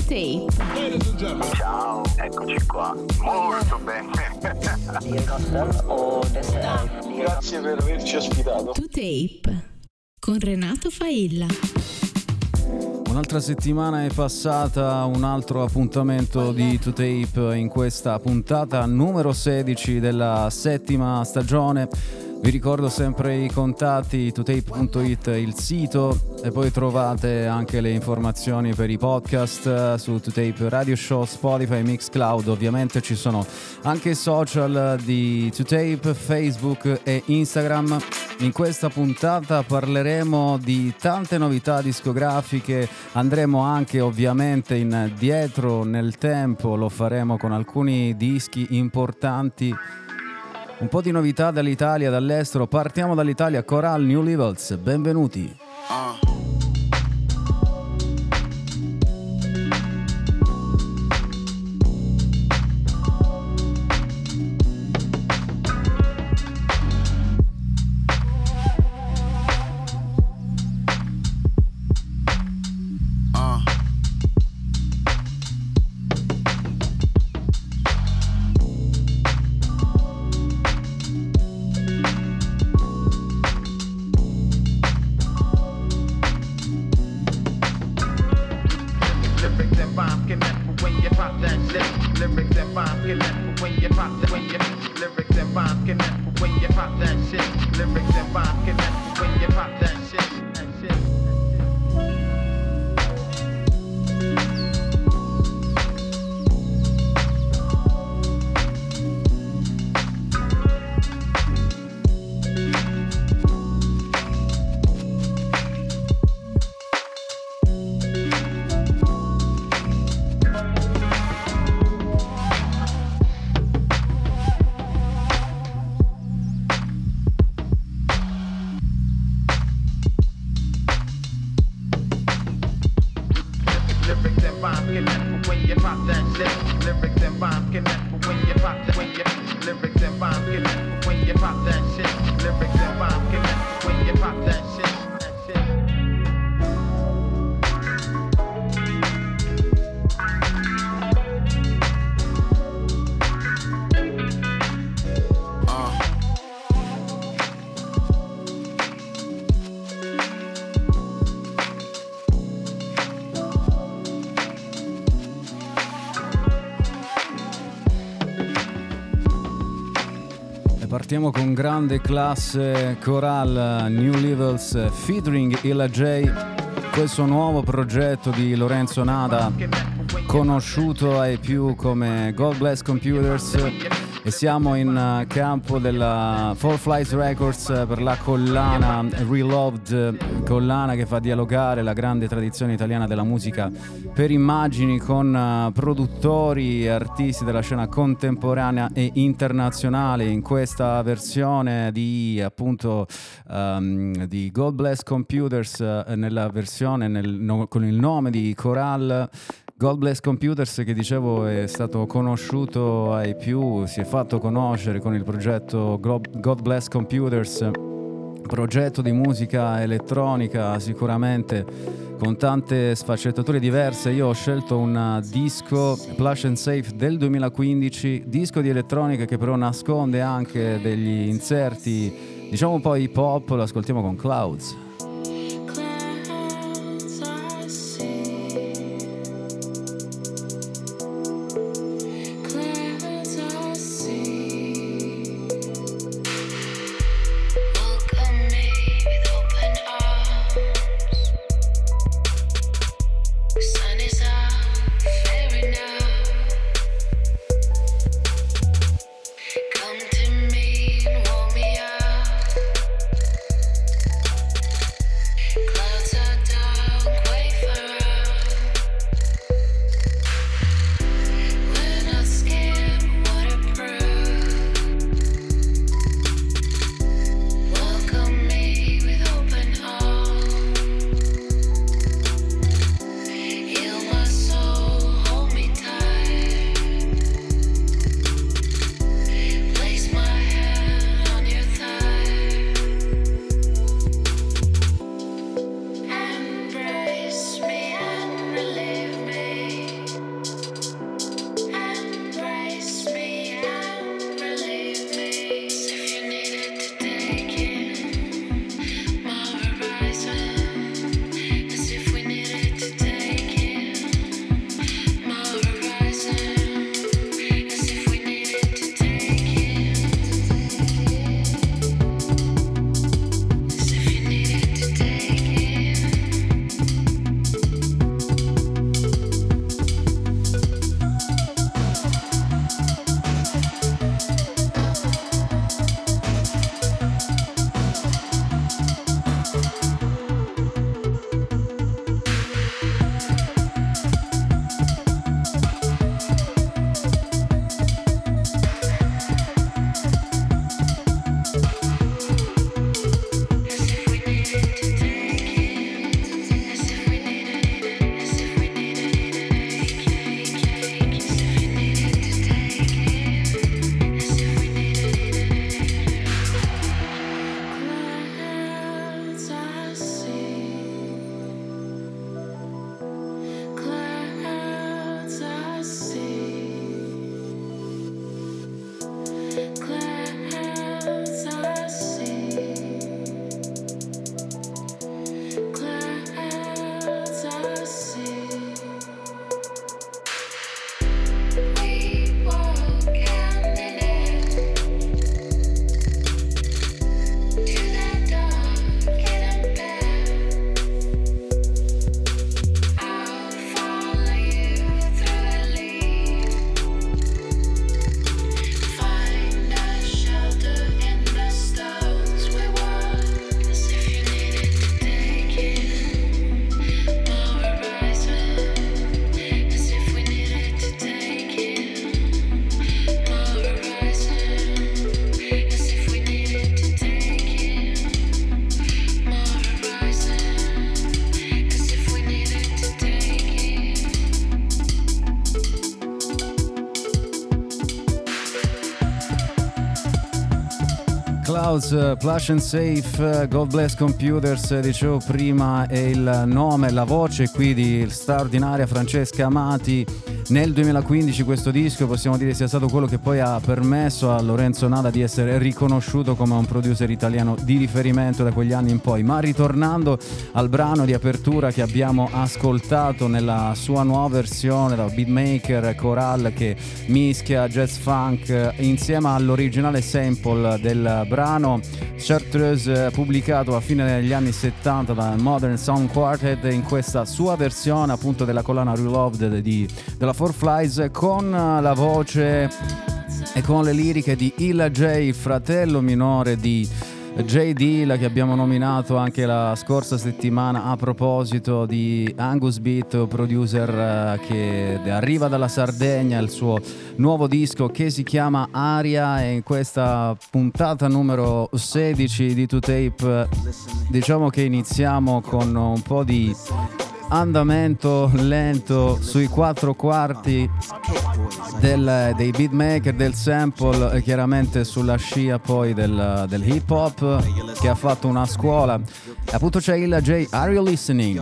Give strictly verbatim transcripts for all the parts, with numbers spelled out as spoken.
Tape. Ciao, eccoci qua. Molto bene. Grazie per averci ospitato. To Tape con Renato Failla. Un'altra settimana è passata, un altro appuntamento di To Tape in questa puntata numero sedici della settima stagione. Vi ricordo sempre i contatti, to tape punto it, il sito, e poi trovate anche le informazioni per i podcast su To Tape Radio Show, Spotify, Mixcloud. Ovviamente ci sono anche i social di To Tape, Facebook e Instagram. In questa puntata parleremo di tante novità discografiche, andremo anche ovviamente indietro nel tempo, lo faremo con alcuni dischi importanti. Un po' di novità dall'Italia, dall'estero. Partiamo dall'Italia, Coral, New Levels, benvenuti. Uh. Partiamo con grande classe, Coral, New Levels featuring Illa J, questo nuovo progetto di Lorenzo Nada, conosciuto ai più come God Bless Computers, e siamo in campo della Four Flies Records per la collana Reloved, collana che fa dialogare la grande tradizione italiana della musica per immagini con produttori e artisti della scena contemporanea e internazionale. In questa versione di appunto um, di God Bless Computers, nella versione nel, no, con il nome di Coral, God Bless Computers, che dicevo è stato conosciuto ai più, si è fatto conoscere con il progetto God Bless Computers, progetto di musica elettronica sicuramente con tante sfaccettature diverse. Io ho scelto un disco, Plush and Safe del duemilaquindici, disco di elettronica che però nasconde anche degli inserti, diciamo un po' hip hop. Lo ascoltiamo con Clouds. Come to me and warm me up. House, Plush and Safe, God Bless Computers, dicevo prima, è il nome, la voce qui di straordinaria Francesca Amati. Nel duemilaquindici questo disco possiamo dire sia stato quello che poi ha permesso a Lorenzo Nada di essere riconosciuto come un producer italiano di riferimento da quegli anni in poi. Ma ritornando al brano di apertura che abbiamo ascoltato nella sua nuova versione da beatmaker Coral, che mischia jazz funk insieme all'originale sample del brano Chartreuse, pubblicato a fine degli anni settanta da Modern Sound Quartet, in questa sua versione appunto della collana Reloved di, della Four Flies, con la voce e con le liriche di Illa J, fratello minore di J Dilla, che abbiamo nominato anche la scorsa settimana a proposito di Angus Beat, producer che arriva dalla Sardegna, il suo nuovo disco che si chiama Aria. E in questa puntata numero sedici di Two Tape diciamo che iniziamo con un po' di andamento lento sui quattro quarti del, dei beatmaker, del sample, e chiaramente sulla scia poi del, del hip hop, che ha fatto una scuola. E appunto c'è Illa J, Are You Listening?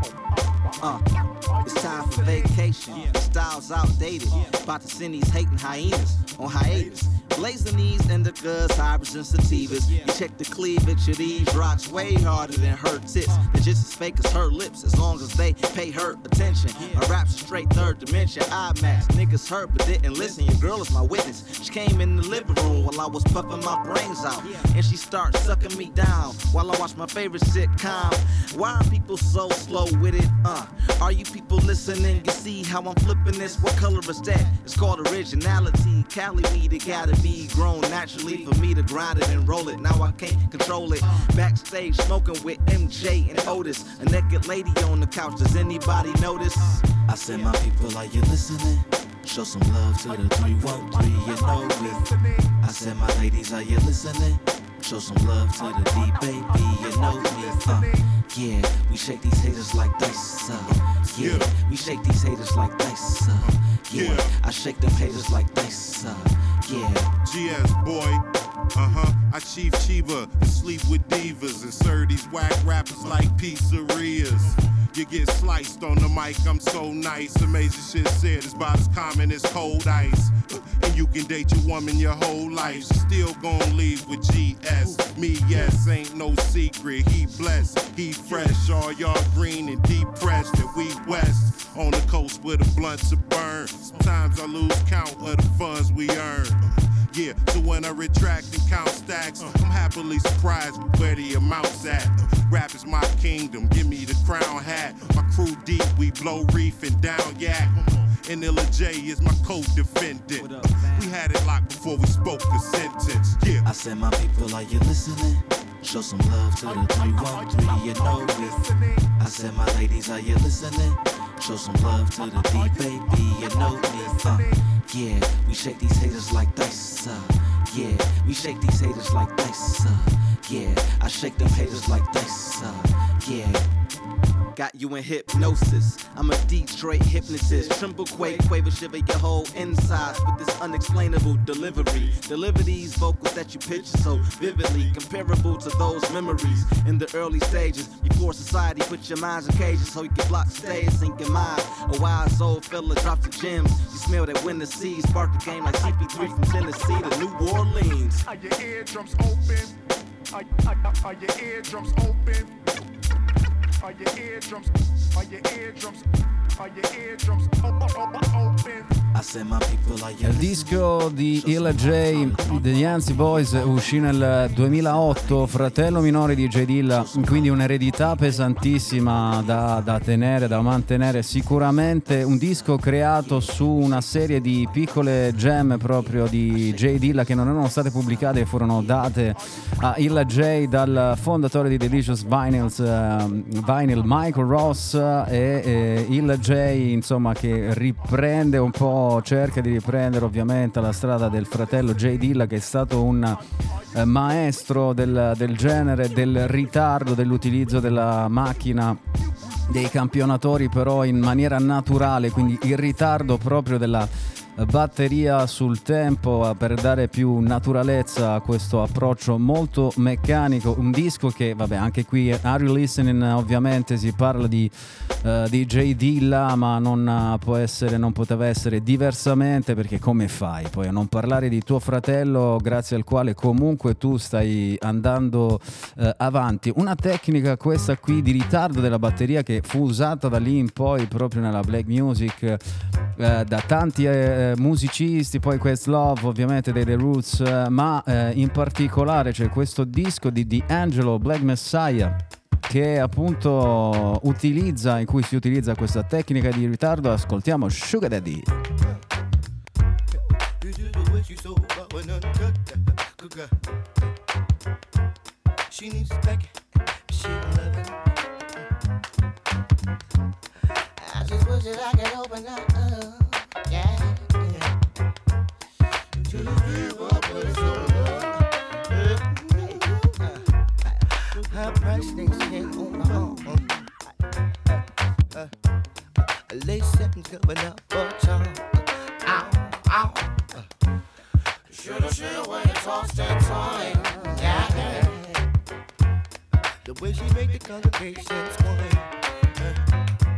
Uh, it's time for vacation. Styles outdated. About to send these hating hyenas on hiatus. Blazing these indicas, hybrids, and sativas. You check the cleavage of these rocks way harder than her tits. They're just as fake as her lips, as long as they pay her attention. My rap's a straight third dimension. I max niggas heard but didn't listen. Your girl is my witness. She came in the living room while I was puffing my brains out, and she started sucking me down while I watch my favorite sitcom. Why are people so slow with it? Uh, are you people listening? You see how I'm flipping this? What color is that? It's called originality. Cali weed, it gotta be grown naturally for me to grind it and roll it. Now I can't control it. Backstage smoking with M J and Otis. A naked lady on the couch. Does anybody notice? I said, my people, are you listening? Show some love to the three one three, you know me. I said, my ladies, are you listening? Show some love to the D, baby, you know me. Uh, yeah, we shake these haters like dice. Uh, yeah, we shake these haters like dice. Uh, yeah, I shake them haters like dice. Uh, yeah. G S boy. Uh-huh, I chief Chiba and sleep with divas and serve these whack rappers like pizzerias. You get sliced on the mic, I'm so nice. Amazing shit said is about as common as cold ice. And you can date your woman your whole life, she still gon' leave with G S. Me, yes, ain't no secret. He blessed, he fresh. All y'all green and depressed, and we west on the coast where the blunts are burned. Sometimes I lose count of the funds we earn. Yeah, so when I retract and count stacks, I'm happily surprised with where the amount's at. Rap is my kingdom, give me the crown hat. My crew deep, we blow reef and down yak. And Illa J is my co-defendant. We had it locked before we spoke a sentence. Yeah. I said, my people, are you listening? Show some love to the three one three, you know me. I said, my ladies, are you listening? Show some love to the D, baby, you know me. Uh, yeah, we shake these haters like dice. Uh, yeah, we shake these haters like dice. Uh, yeah, I shake them haters like dice. Uh, yeah. Got you in hypnosis. I'm a Detroit hypnotist. Tremble, quake, quaver, shiver your whole insides with this unexplainable delivery. Deliver these vocals that you picture so vividly, comparable to those memories in the early stages before society put your minds in cages so you can block stage, sink your mind. A wise old fella drops the gems. You smell that winter seas, spark the game like C P three from Tennessee to New Orleans. Are your eardrums open? Are, are, are your eardrums open? Are your eardrums, are your eardrums, are your eardrums open? I said, my people, are you Il disco di Illa J degli Yancy Boys uscì nel duemilaotto, fratello minore di J Dilla, quindi un'eredità pesantissima da, da tenere, da mantenere. Sicuramente un disco creato su una serie di piccole gemme proprio di J Dilla che non erano state pubblicate e furono date a Illa J dal fondatore di Delicious Vinyls, uh, Vinyl, Michael Ross, e, e Illa J, insomma, che riprende un po', cerca di riprendere ovviamente la strada del fratello J Dilla, che è stato un eh, maestro del, del genere, del ritardo, dell'utilizzo della macchina dei campionatori però in maniera naturale, quindi il ritardo proprio della batteria sul tempo per dare più naturalezza a questo approccio molto meccanico, un disco che vabbè anche qui Are You Listening ovviamente si parla di, uh, di J Dilla, ma non uh, può essere, non poteva essere diversamente, perché come fai poi a non parlare di tuo fratello grazie al quale comunque tu stai andando uh, avanti, una tecnica questa qui di ritardo della batteria che fu usata da lì in poi proprio nella black music uh, da tanti uh, musicisti, poi Questlove ovviamente dei The Roots, eh, ma eh, in particolare c'è questo disco di D'Angelo, Black Messiah, che appunto utilizza, in cui si utilizza questa tecnica di ritardo. Ascoltiamo Sugar Daddy. To give up with a soul. Her price things can't on my own. Uh, uh, uh, late sentence coming up for charm. Ow, ow. Uh, shoulda, shoulda, when you tossed and torn. Yeah, yeah. The way she make the congregation swing. Uh,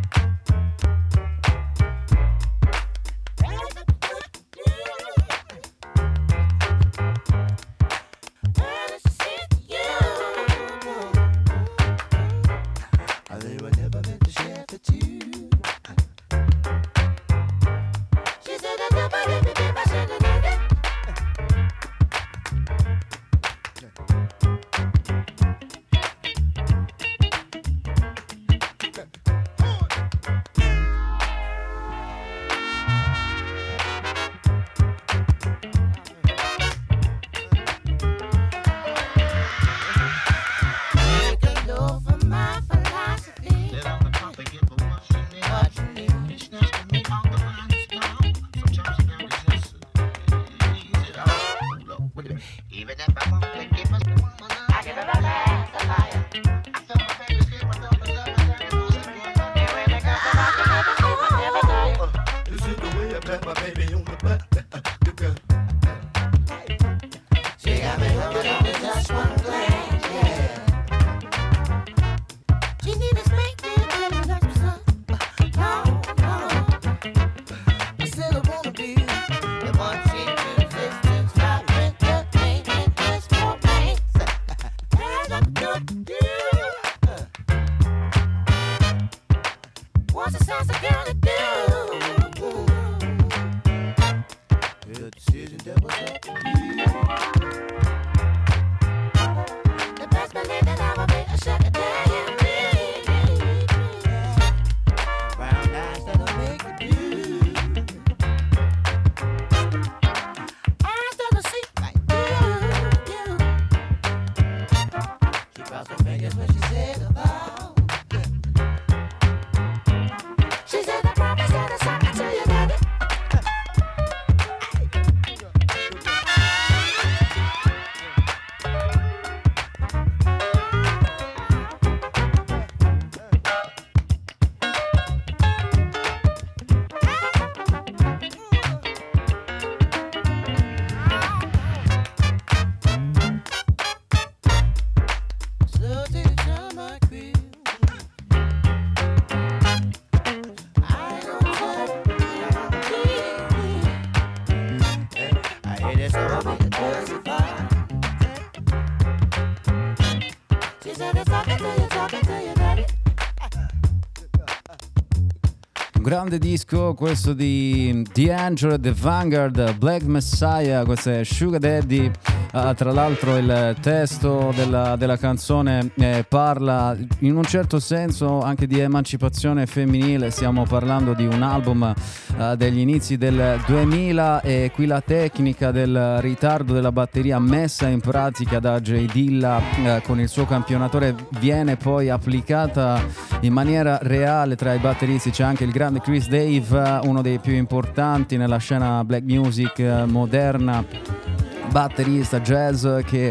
Grande disco questo di D'Angelo, The Vanguard, Black Messiah, questo è Sugar Daddy. Uh, tra l'altro il testo della, della canzone eh, parla in un certo senso anche di emancipazione femminile, stiamo parlando di un album uh, degli inizi del duemila e qui la tecnica del ritardo della batteria messa in pratica da J Dilla uh, con il suo campionatore viene poi applicata in maniera reale tra i batteristi. C'è anche il grande Chris Dave, uh, uno dei più importanti nella scena black music uh, moderna, batterista jazz che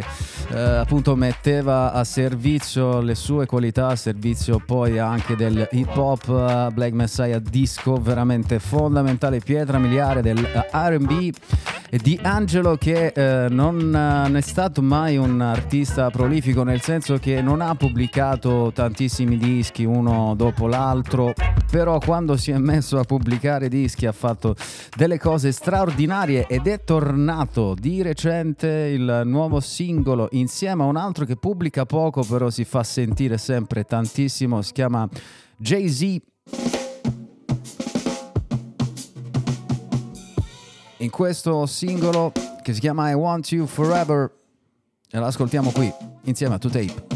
eh, appunto metteva a servizio le sue qualità, a servizio poi anche del hip hop, uh, Black Messiah disco veramente fondamentale, pietra miliare del uh, R and B. E D'Angelo che eh, non è stato mai un artista prolifico, nel senso che non ha pubblicato tantissimi dischi uno dopo l'altro, però quando si è messo a pubblicare dischi ha fatto delle cose straordinarie ed è tornato di recente il nuovo singolo insieme a un altro che pubblica poco però si fa sentire sempre tantissimo, si chiama Jay-Z. In questo singolo che si chiama I Want You Forever e l'ascoltiamo qui insieme a To Tape.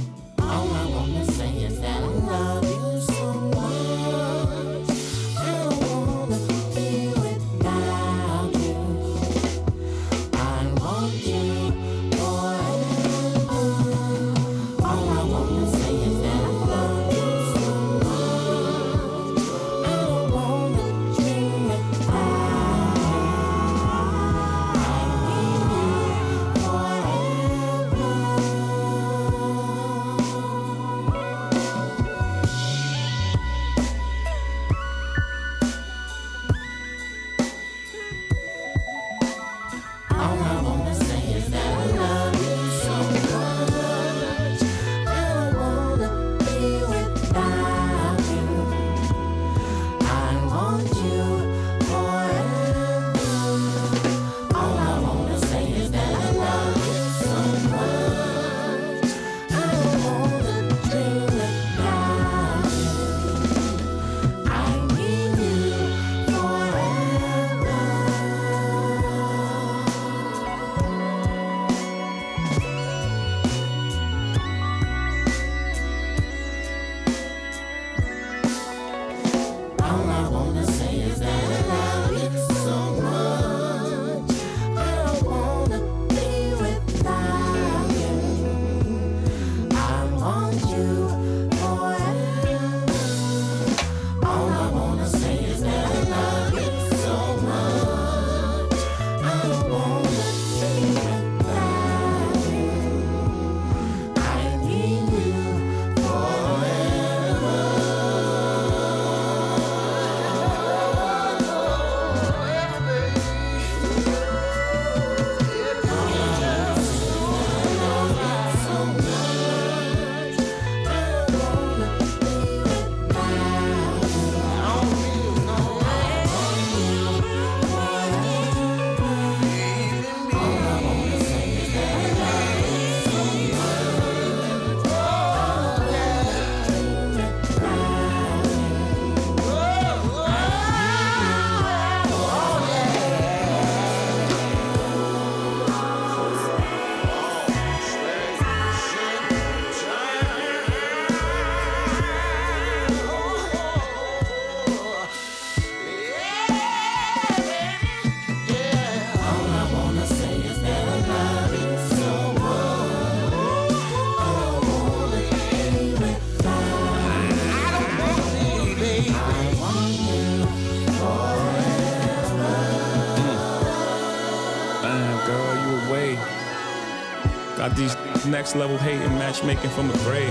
Got these next level hate and matchmaking from the grave.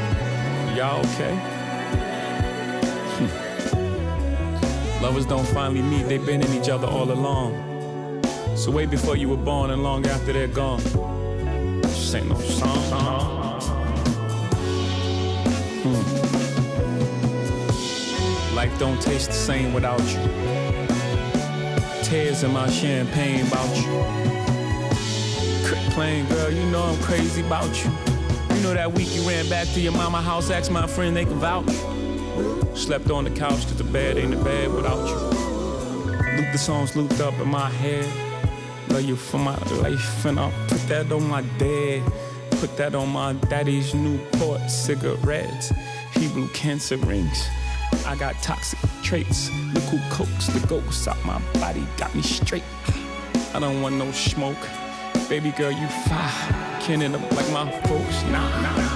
Y'all okay? Hmm. Lovers don't finally meet, they've been in each other all along. So way before you were born and long after they're gone. This ain't no song. Hmm. Life don't taste the same without you. Tears in my champagne about you. Quit playing, girl, you know I'm crazy about you. You know that week you ran back to your mama house, asked my friend they can vouch. Slept on the couch cause the bed ain't a bed without you. Loop the songs looped up in my head. Love you for my life and I'll put that on my dad. Put that on my daddy's Newport cigarettes. He blew cancer rings. I got toxic traits. Look who coaxed the ghosts out my body, got me straight. I don't want no smoke. Baby girl, you fine. Can't end up like my folks. Nah, nah, nah.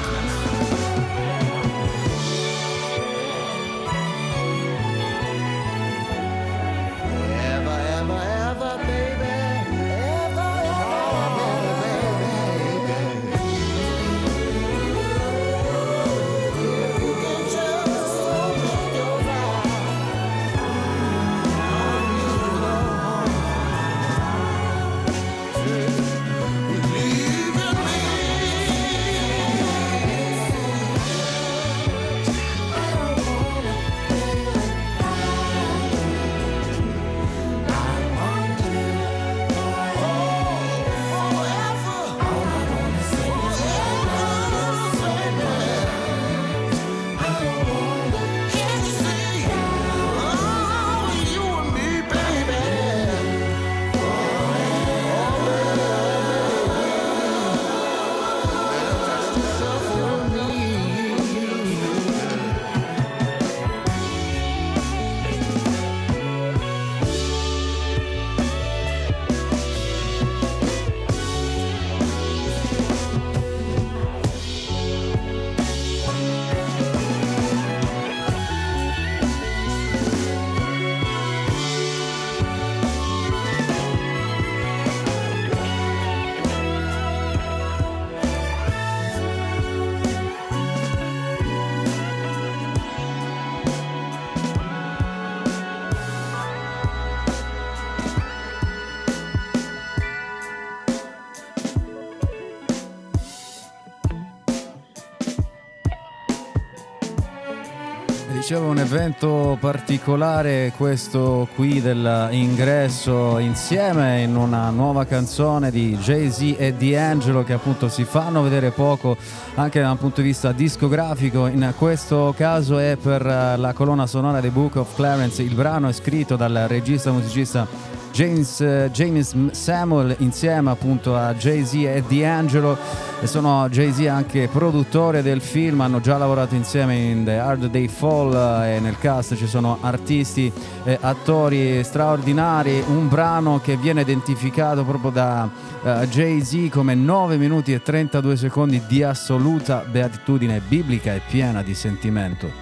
Dicevo, un evento particolare questo qui dell'ingresso insieme in una nuova canzone di Jay-Z e D'Angelo, che appunto si fanno vedere poco anche dal punto di vista discografico. In questo caso è per la colonna sonora The Book of Clarence. Il brano è scritto dal regista musicista James, uh, James Samuel insieme appunto a Jay-Z e D'Angelo, e sono Jay-Z anche produttore del film, hanno già lavorato insieme in The Hard Day Fall, uh, e nel cast ci sono artisti e attori straordinari. Un brano che viene identificato proprio da uh, Jay-Z come nove minuti e trentadue secondi di assoluta beatitudine biblica e piena di sentimento.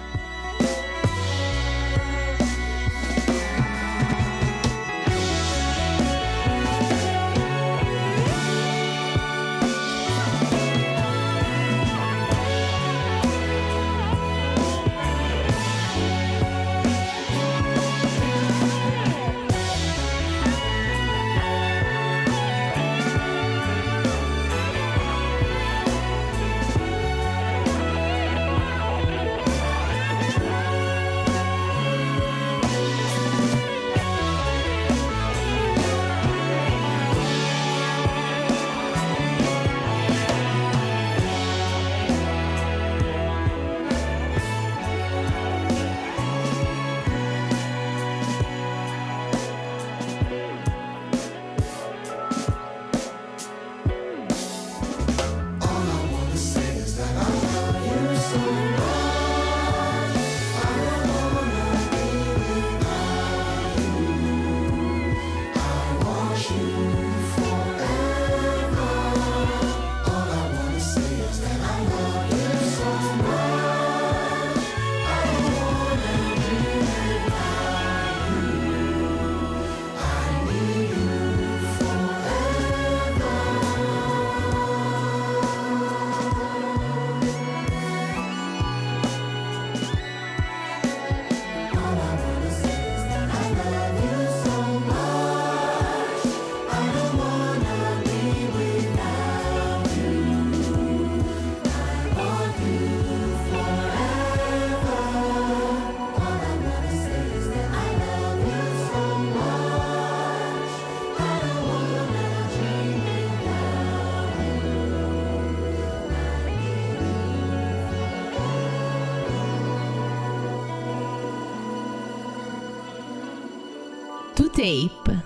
To Tape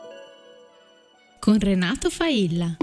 con Renato Failla.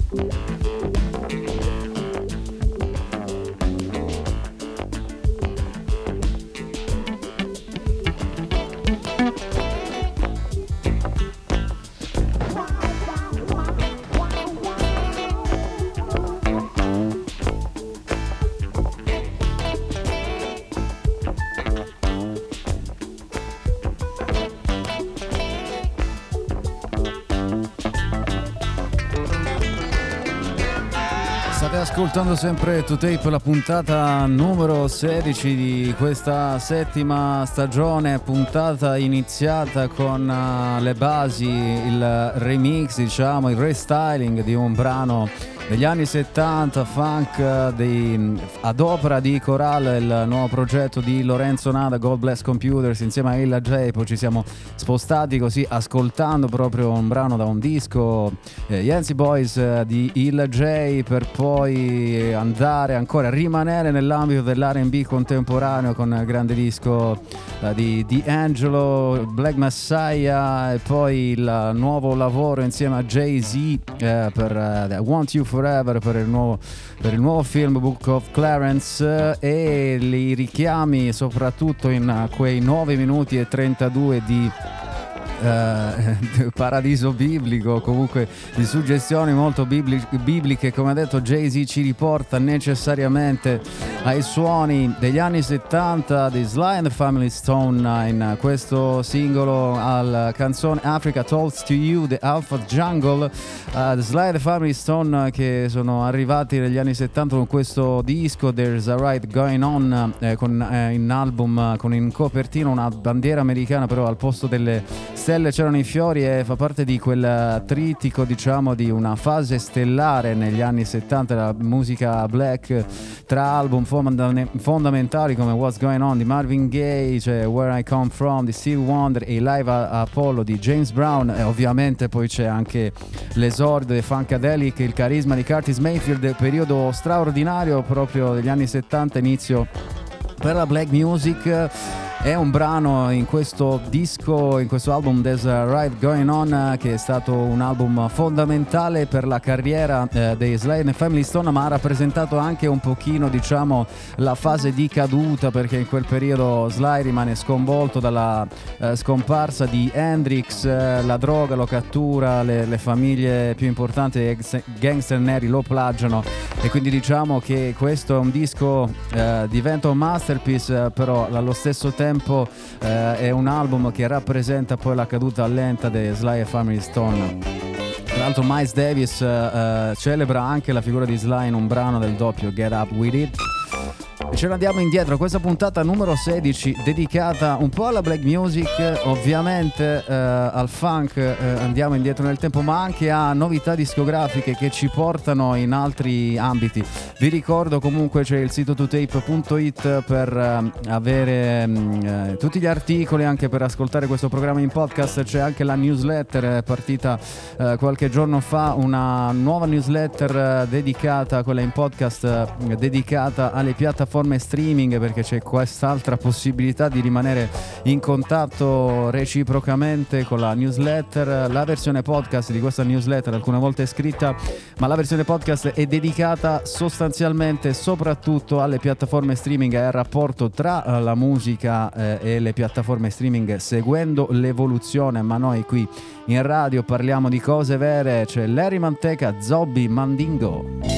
Ascoltando sempre To Tape, la puntata numero sedici di questa settima stagione, puntata iniziata con uh, le basi, il remix, diciamo, il restyling di un brano degli anni settanta, funk, di, ad opera di Coral, il nuovo progetto di Lorenzo Nada, God Bless Computers, insieme a Illa J. Poi ci siamo spostati così ascoltando proprio un brano da un disco, eh, Yancy Boys eh, di Illa J, per poi andare ancora a rimanere nell'ambito dell'R and B contemporaneo con il grande disco eh, di D'Angelo, Black Messiah, e poi il nuovo lavoro insieme a Jay-Z eh, per uh, I Want You Forever, per il nuovo, per il nuovo film Book of Clarence, eh, e i richiami soprattutto in quei nove minuti e trentadue di Uh, paradiso biblico, comunque di suggestioni molto bibli- bibliche. Come ha detto Jay-Z, ci riporta necessariamente ai suoni degli anni settanta di Sly and the Family Stone in questo singolo, alla canzone Africa Talks to You, The Alpha Jungle. uh, Sly and the Family Stone che sono arrivati negli anni settanta con questo disco There's a Ride Going On, eh, con eh, in album, con in copertina una bandiera americana, però al posto delle stelle c'erano i fiori, e fa parte di quel trittico, diciamo, di una fase stellare negli anni settanta della musica black, tra album fonda- fondamentali come What's Going On di Marvin Gaye, cioè Where I Come From di Stevie Wonder, e Live a Apollo di James Brown, e ovviamente poi c'è anche l'esordio dei Funkadelic, il carisma di Curtis Mayfield, periodo straordinario proprio degli anni settanta, inizio per la black music. È un brano in questo disco, in questo album There's a Ride Going On, che è stato un album fondamentale per la carriera eh, dei Sly and the Family Stone, ma ha rappresentato anche un pochino, diciamo, la fase di caduta, perché in quel periodo Sly rimane sconvolto dalla eh, scomparsa di Hendrix, eh, la droga lo cattura, le, le famiglie più importanti gangster neri lo plagiano, e quindi diciamo che questo è un disco, eh, diventa un masterpiece, eh, però allo stesso tempo eh, è un album che rappresenta poi la caduta lenta dei Sly e Family Stone. Tra l'altro Miles Davis eh, celebra anche la figura di Sly in un brano del doppio Get Up With It. E ce ne andiamo indietro a questa puntata numero sedici, dedicata un po' alla black music, ovviamente eh, al funk, eh, andiamo indietro nel tempo, ma anche a novità discografiche che ci portano in altri ambiti. Vi ricordo comunque c'è il sito to tape punto it per eh, avere eh, tutti gli articoli, anche per ascoltare questo programma in podcast. C'è anche la newsletter, è partita eh, qualche giorno fa, una nuova newsletter eh, dedicata, quella in podcast, eh, dedicata alle piattaforme streaming, perché c'è quest'altra possibilità di rimanere in contatto reciprocamente con la newsletter. La versione podcast di questa newsletter alcune volte è scritta, ma la versione podcast è dedicata sostanzialmente soprattutto alle piattaforme streaming e al rapporto tra la musica eh, e le piattaforme streaming, seguendo l'evoluzione. Ma noi qui in radio parliamo di cose vere. C'è Larry Manteca, Zobby Mandingo.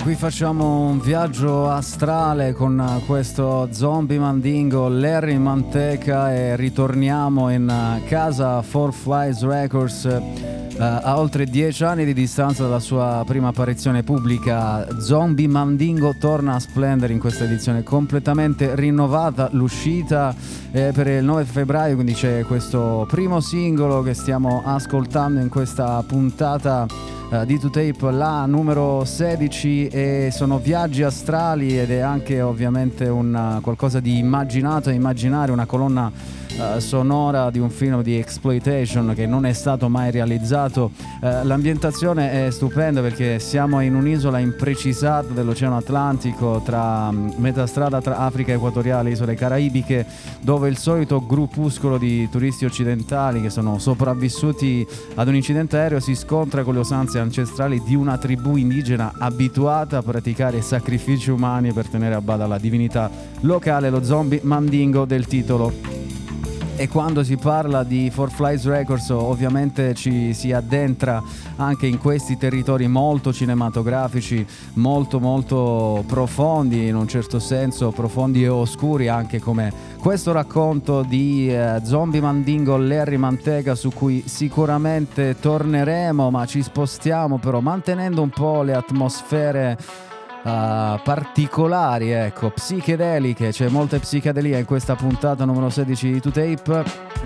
Qui facciamo un viaggio astrale con questo Zombie Mandingo, Larry Manteca, e ritorniamo in casa Four Flies Records uh, a oltre dieci anni di distanza dalla sua prima apparizione pubblica. Zombie Mandingo torna a splendere in questa edizione completamente rinnovata. L'uscita è per il nove febbraio, quindi c'è questo primo singolo che stiamo ascoltando in questa puntata Uh, di To Tape, la numero sedici, e sono viaggi astrali ed è anche ovviamente un qualcosa di immaginato e immaginario, una colonna uh, sonora di un film di exploitation che non è stato mai realizzato. Uh, l'ambientazione è stupenda perché siamo in un'isola imprecisata dell'Oceano Atlantico, tra um, metà strada tra Africa equatoriale e isole caraibiche, dove il solito gruppuscolo di turisti occidentali che sono sopravvissuti ad un incidente aereo si scontra con le usanze ancestrali di una tribù indigena abituata a praticare sacrifici umani per tenere a bada la divinità locale, lo Zombie Mandingo del titolo. E quando si parla di Four Flies Records ovviamente ci si addentra anche in questi territori molto cinematografici, molto molto profondi in un certo senso, profondi e oscuri, anche come questo racconto di eh, Zombie Mandingo, Larry Manteca, su cui sicuramente torneremo, ma ci spostiamo però mantenendo un po' le atmosfere Uh, particolari, ecco, psichedeliche. C'è molta psichedelia in questa puntata numero sedici di To Tape,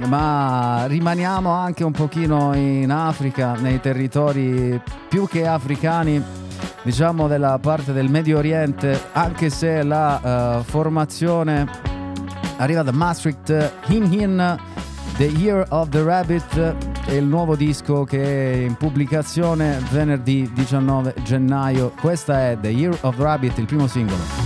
ma rimaniamo anche un pochino in Africa, nei territori più che africani, diciamo della parte del Medio Oriente, anche se la uh, formazione arriva da Maastricht. Hin Hin, The Year of the Rabbit, è il nuovo disco che è in pubblicazione venerdì diciannove gennaio. Questa è The Year of the Rabbit, il primo singolo.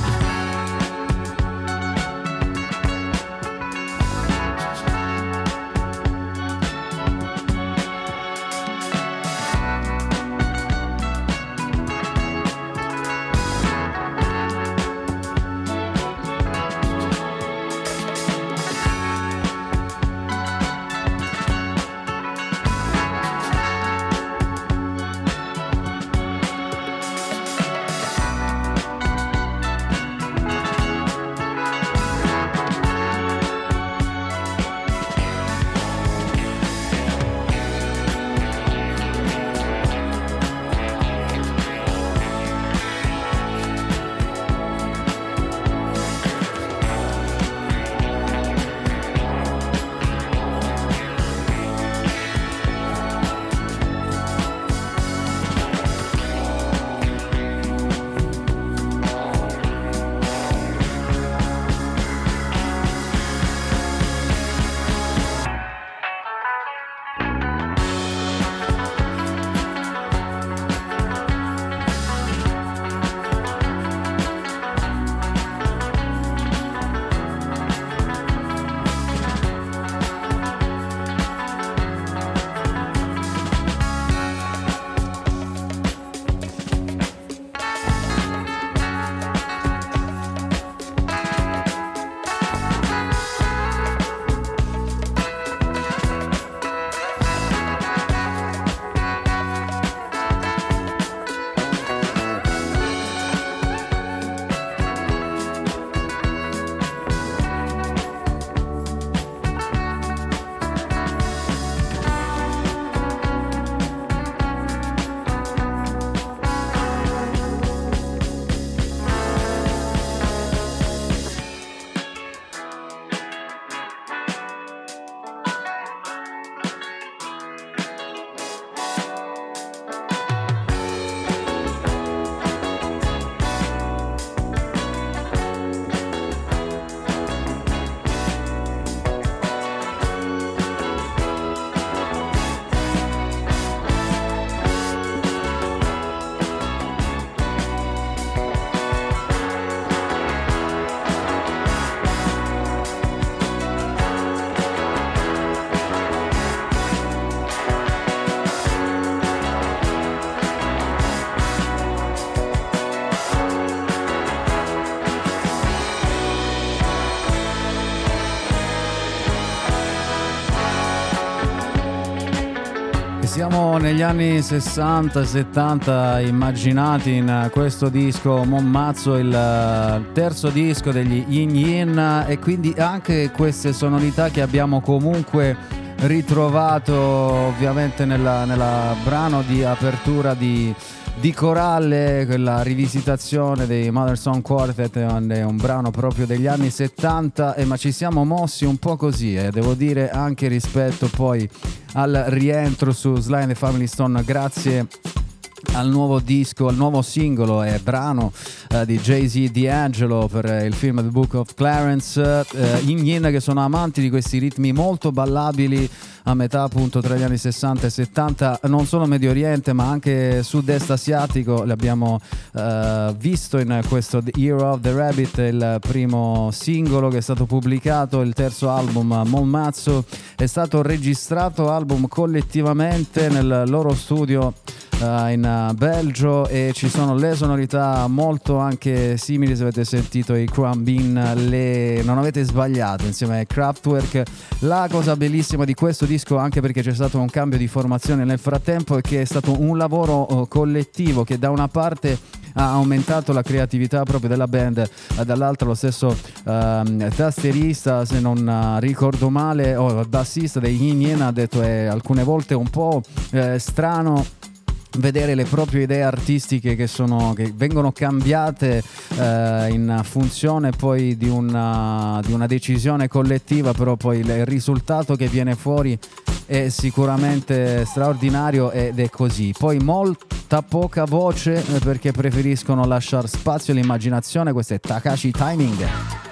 Siamo negli anni sessanta settanta, immaginati in questo disco Monmazzo, il terzo disco degli Yin Yin, e quindi anche queste sonorità che abbiamo comunque ritrovato ovviamente nella, nella brano di apertura di di Coralle, quella rivisitazione dei Mother Song Quartet, è un brano proprio degli anni settanta, eh, ma ci siamo mossi un po' così, eh, devo dire, anche rispetto poi al rientro su Sly and the Family Stone, grazie al nuovo disco, al nuovo singolo e brano eh, di Jay-Z D'Angelo per eh, il film The Book of Clarence. eh, Yin Yin, che sono amanti di questi ritmi molto ballabili a metà appunto tra gli anni sessanta e settanta, non solo Medio Oriente ma anche sud-est asiatico. L'abbiamo eh, visto in questo The Year of the Rabbit, il primo singolo che è stato pubblicato, il terzo album Monmazzo è stato registrato album collettivamente nel loro studio Uh, in uh, Belgio, e ci sono le sonorità molto anche simili. Se avete sentito i Crumb Bean, le... non avete sbagliato, insieme ai Kraftwerk. La cosa bellissima di questo disco, anche perché c'è stato un cambio di formazione nel frattempo, è che è stato un lavoro uh, collettivo che da una parte ha aumentato la creatività proprio della band, dall'altra lo stesso uh, tastierista, se non uh, ricordo male, o oh, bassista dei Yin Yin, ha detto è alcune volte un po' eh, strano vedere le proprie idee artistiche che sono che vengono cambiate eh, in funzione poi di una, di una decisione collettiva, però poi il risultato che viene fuori è sicuramente straordinario, ed è così. Poi molta poca voce eh, perché preferiscono lasciare spazio all'immaginazione. Questo è Takashi Timing.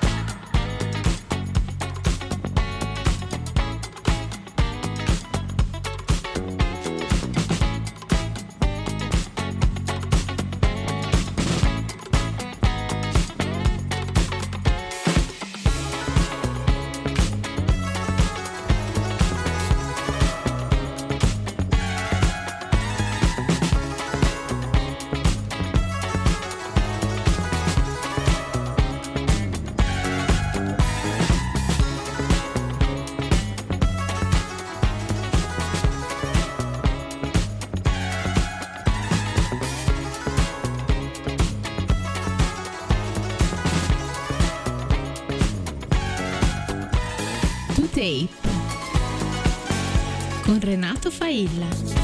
Tape con Renato Failla.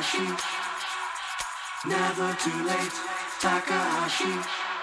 Takahashi. Never too late, Takahashi.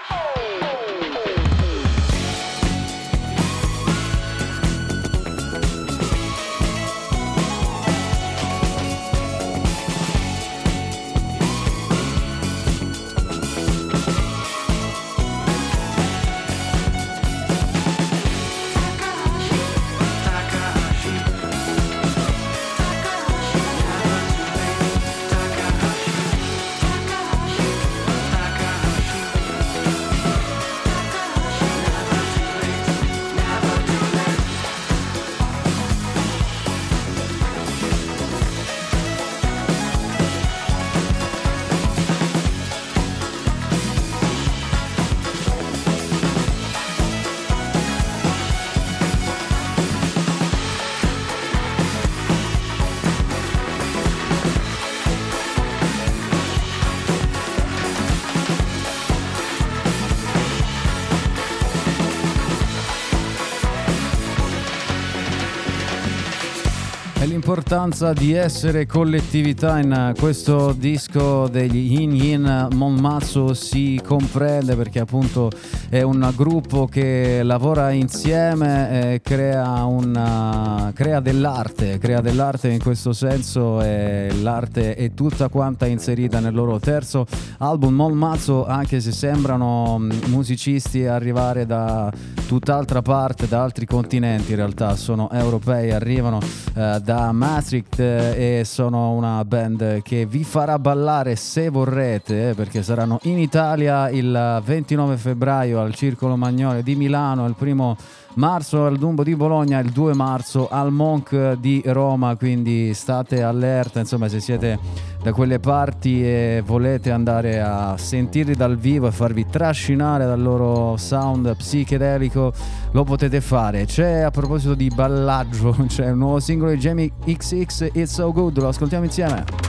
L'importanza di essere collettività in questo disco degli Yin Yin Monmatsu si comprende, perché appunto è un gruppo che lavora insieme e crea, una, crea dell'arte, crea dell'arte in questo senso, e l'arte è tutta quanta inserita nel loro terzo album Monmatsu, anche se sembrano musicisti arrivare da tutt'altra parte, da altri continenti, in realtà sono europei, arrivano eh, da Maastricht eh, e sono una band che vi farà ballare se vorrete, eh, perché saranno in Italia il ventinove febbraio al Circolo Magnole di Milano, il primo marzo al Dumbo di Bologna, il due marzo al Monk di Roma, quindi state allerta, insomma, se siete da quelle parti e volete andare a sentirli dal vivo e farvi trascinare dal loro sound psichedelico, lo potete fare. C'è, a proposito di ballaggio, c'è un nuovo singolo di Jamie X X, It's So Good, lo ascoltiamo insieme.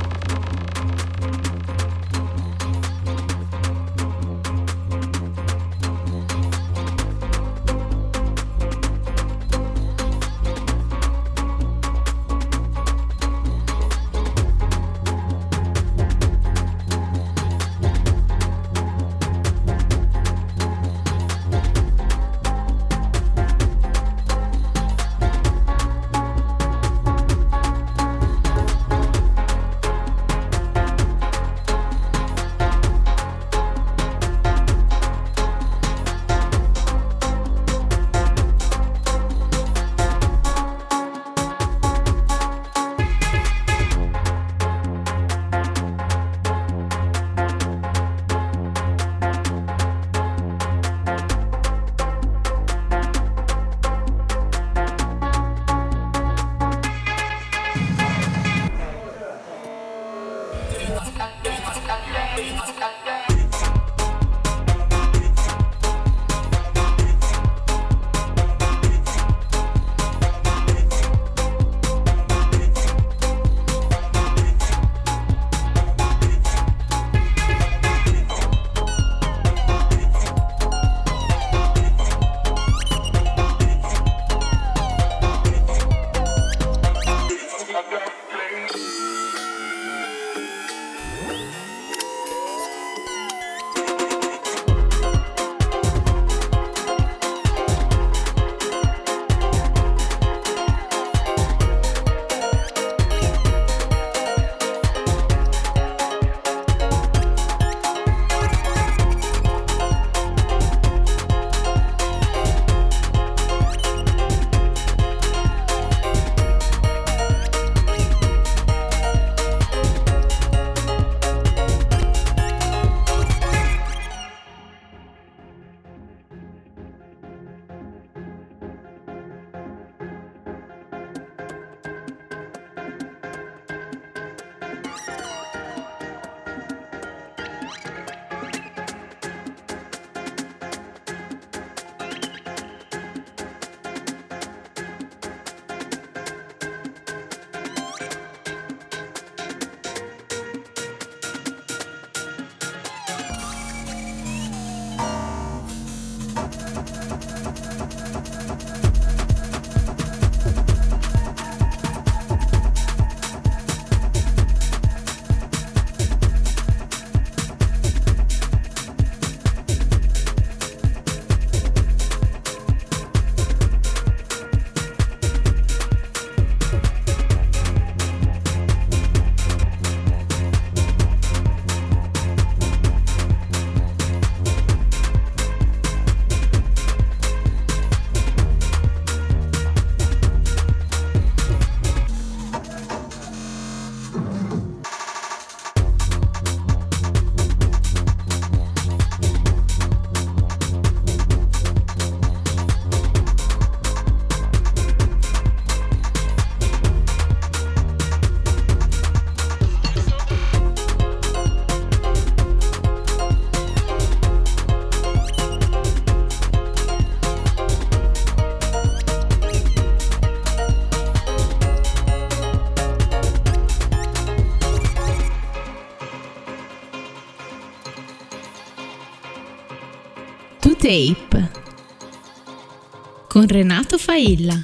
Tape con Renato Failla.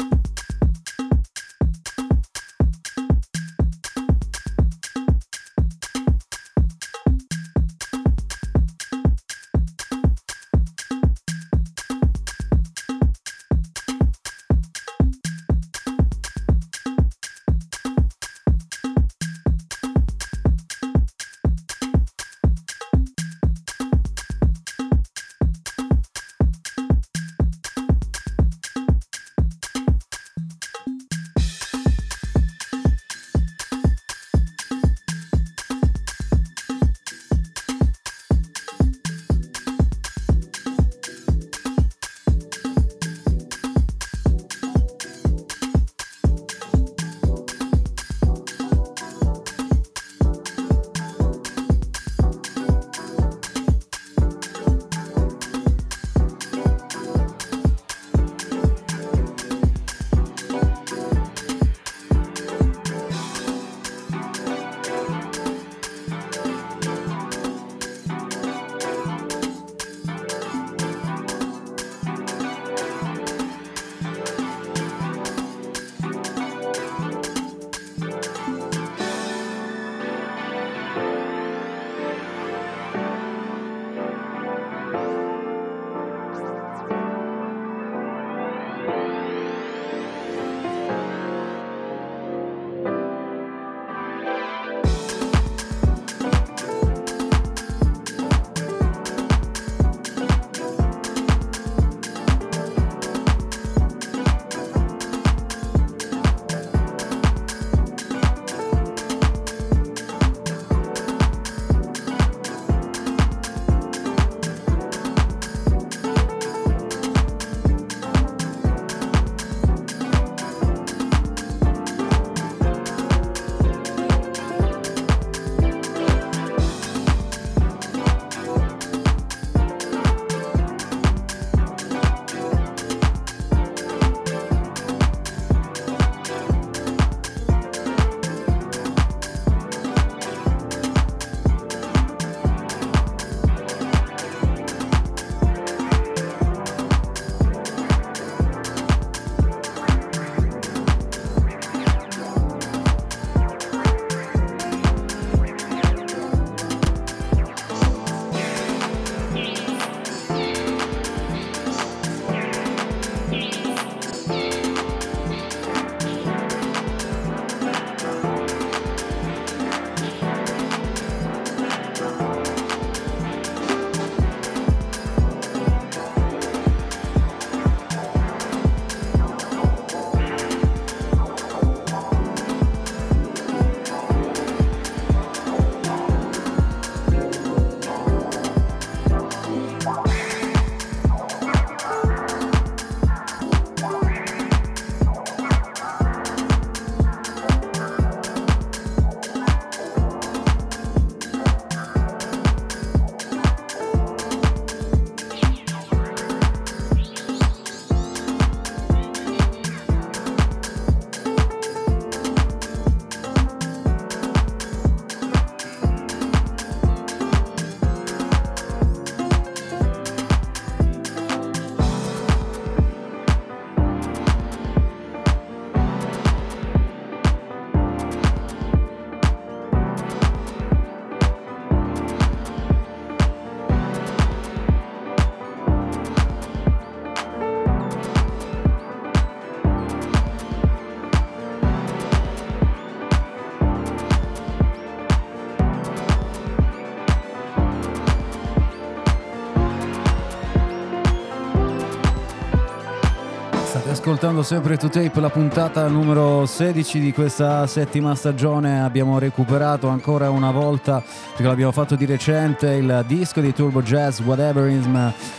ascoltando sempre To Tape, la puntata numero sedici di questa settima stagione. Abbiamo recuperato ancora una volta, perché l'abbiamo fatto di recente, il disco di Turbo Jazz Whateverism,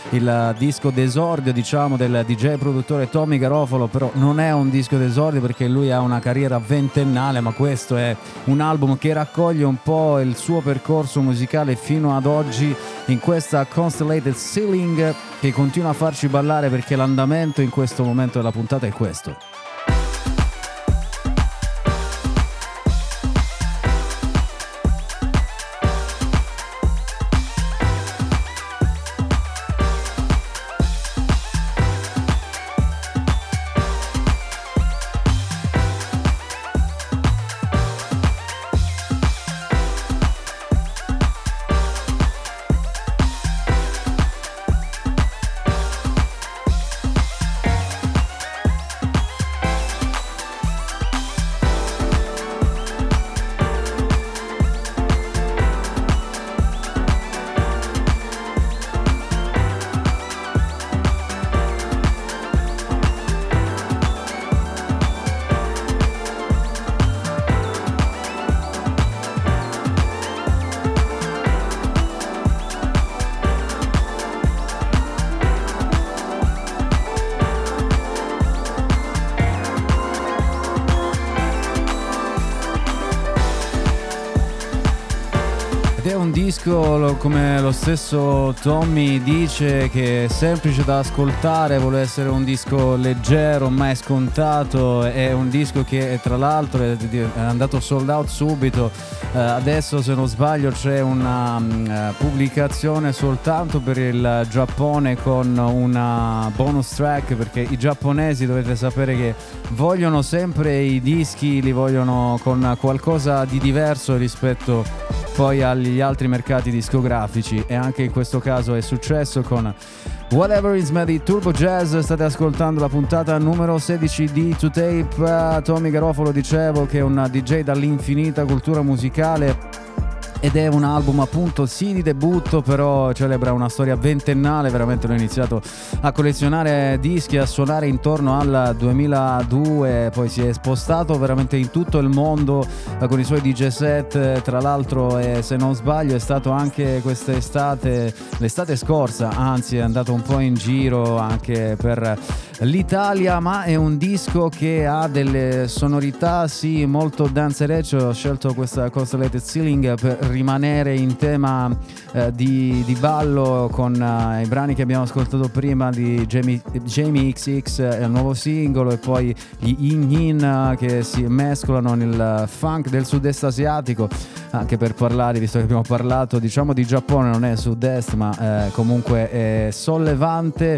il disco d'esordio diciamo del D J produttore Tommy Garofalo. Però non è un disco d'esordio perché lui ha una carriera ventennale, ma questo è un album che raccoglie un po' il suo percorso musicale fino ad oggi in questa Constellated Ceiling, che continua a farci ballare, perché l'andamento in questo momento della puntata è questo. Ed è un disco, come lo stesso Tommy dice, che è semplice da ascoltare, vuole essere un disco leggero, mai scontato, è un disco che tra l'altro è andato sold out subito. Uh, adesso, se non sbaglio, c'è una uh, pubblicazione soltanto per il Giappone con una bonus track, perché i giapponesi, dovete sapere che vogliono sempre i dischi, li vogliono con qualcosa di diverso rispetto poi agli altri mercati discografici, e anche in questo caso è successo con Whatever Is Me di Turbo Jazz. State ascoltando la puntata numero sedici di To Tape. Tommy Garofalo, dicevo, che è un D J dall'infinita cultura musicale, ed è un album appunto sì di debutto, però celebra una storia ventennale. Veramente l'ho iniziato a collezionare dischi, a suonare intorno al duemiladue, poi si è spostato veramente in tutto il mondo eh, con i suoi D J set. Tra l'altro, eh, se non sbaglio, è stato anche quest'estate, l'estate scorsa, anzi è andato un po' in giro anche per l'Italia, ma è un disco che ha delle sonorità sì molto dancerecce. Ho scelto questa Constellated Ceiling per rimanere in tema eh, di, di ballo con uh, i brani che abbiamo ascoltato prima di Jamie, Jamie X X, è il nuovo singolo, e poi gli Yin Yin uh, che si mescolano nel funk del sud-est asiatico, anche per parlare, visto che abbiamo parlato diciamo di Giappone, non è sud-est ma eh, comunque è sollevante.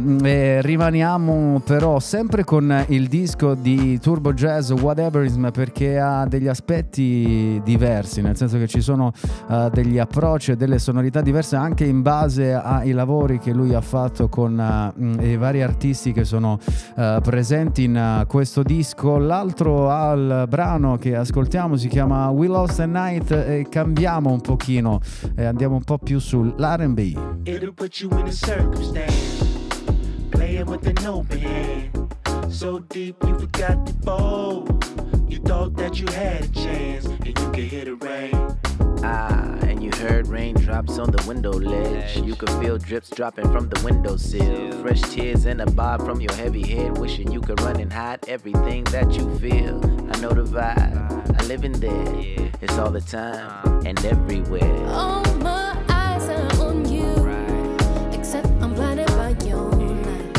E rimaniamo però sempre con il disco di Turbo Jazz Whatever Is Me, perché ha degli aspetti diversi, nel senso che ci sono uh, degli approcci e delle sonorità diverse anche in base ai lavori che lui ha fatto con uh, i vari artisti che sono uh, presenti in uh, questo disco. L'altro al brano che ascoltiamo si chiama We Lost a Night, e cambiamo un pochino e andiamo un po' più sull'R and B. It'll put you in a circumstance, playing with an open hand, so deep you forgot to fall. You thought that you had a chance, and you could hear the rain. Ah, and you heard raindrops on the window ledge. You could feel drips dropping from the windowsill. Fresh tears and a bob from your heavy head, wishing you could run and hide everything that you feel. I know the vibe, I live in there. It's all the time and everywhere. All my eyes are on you, except I'm blinded by your light.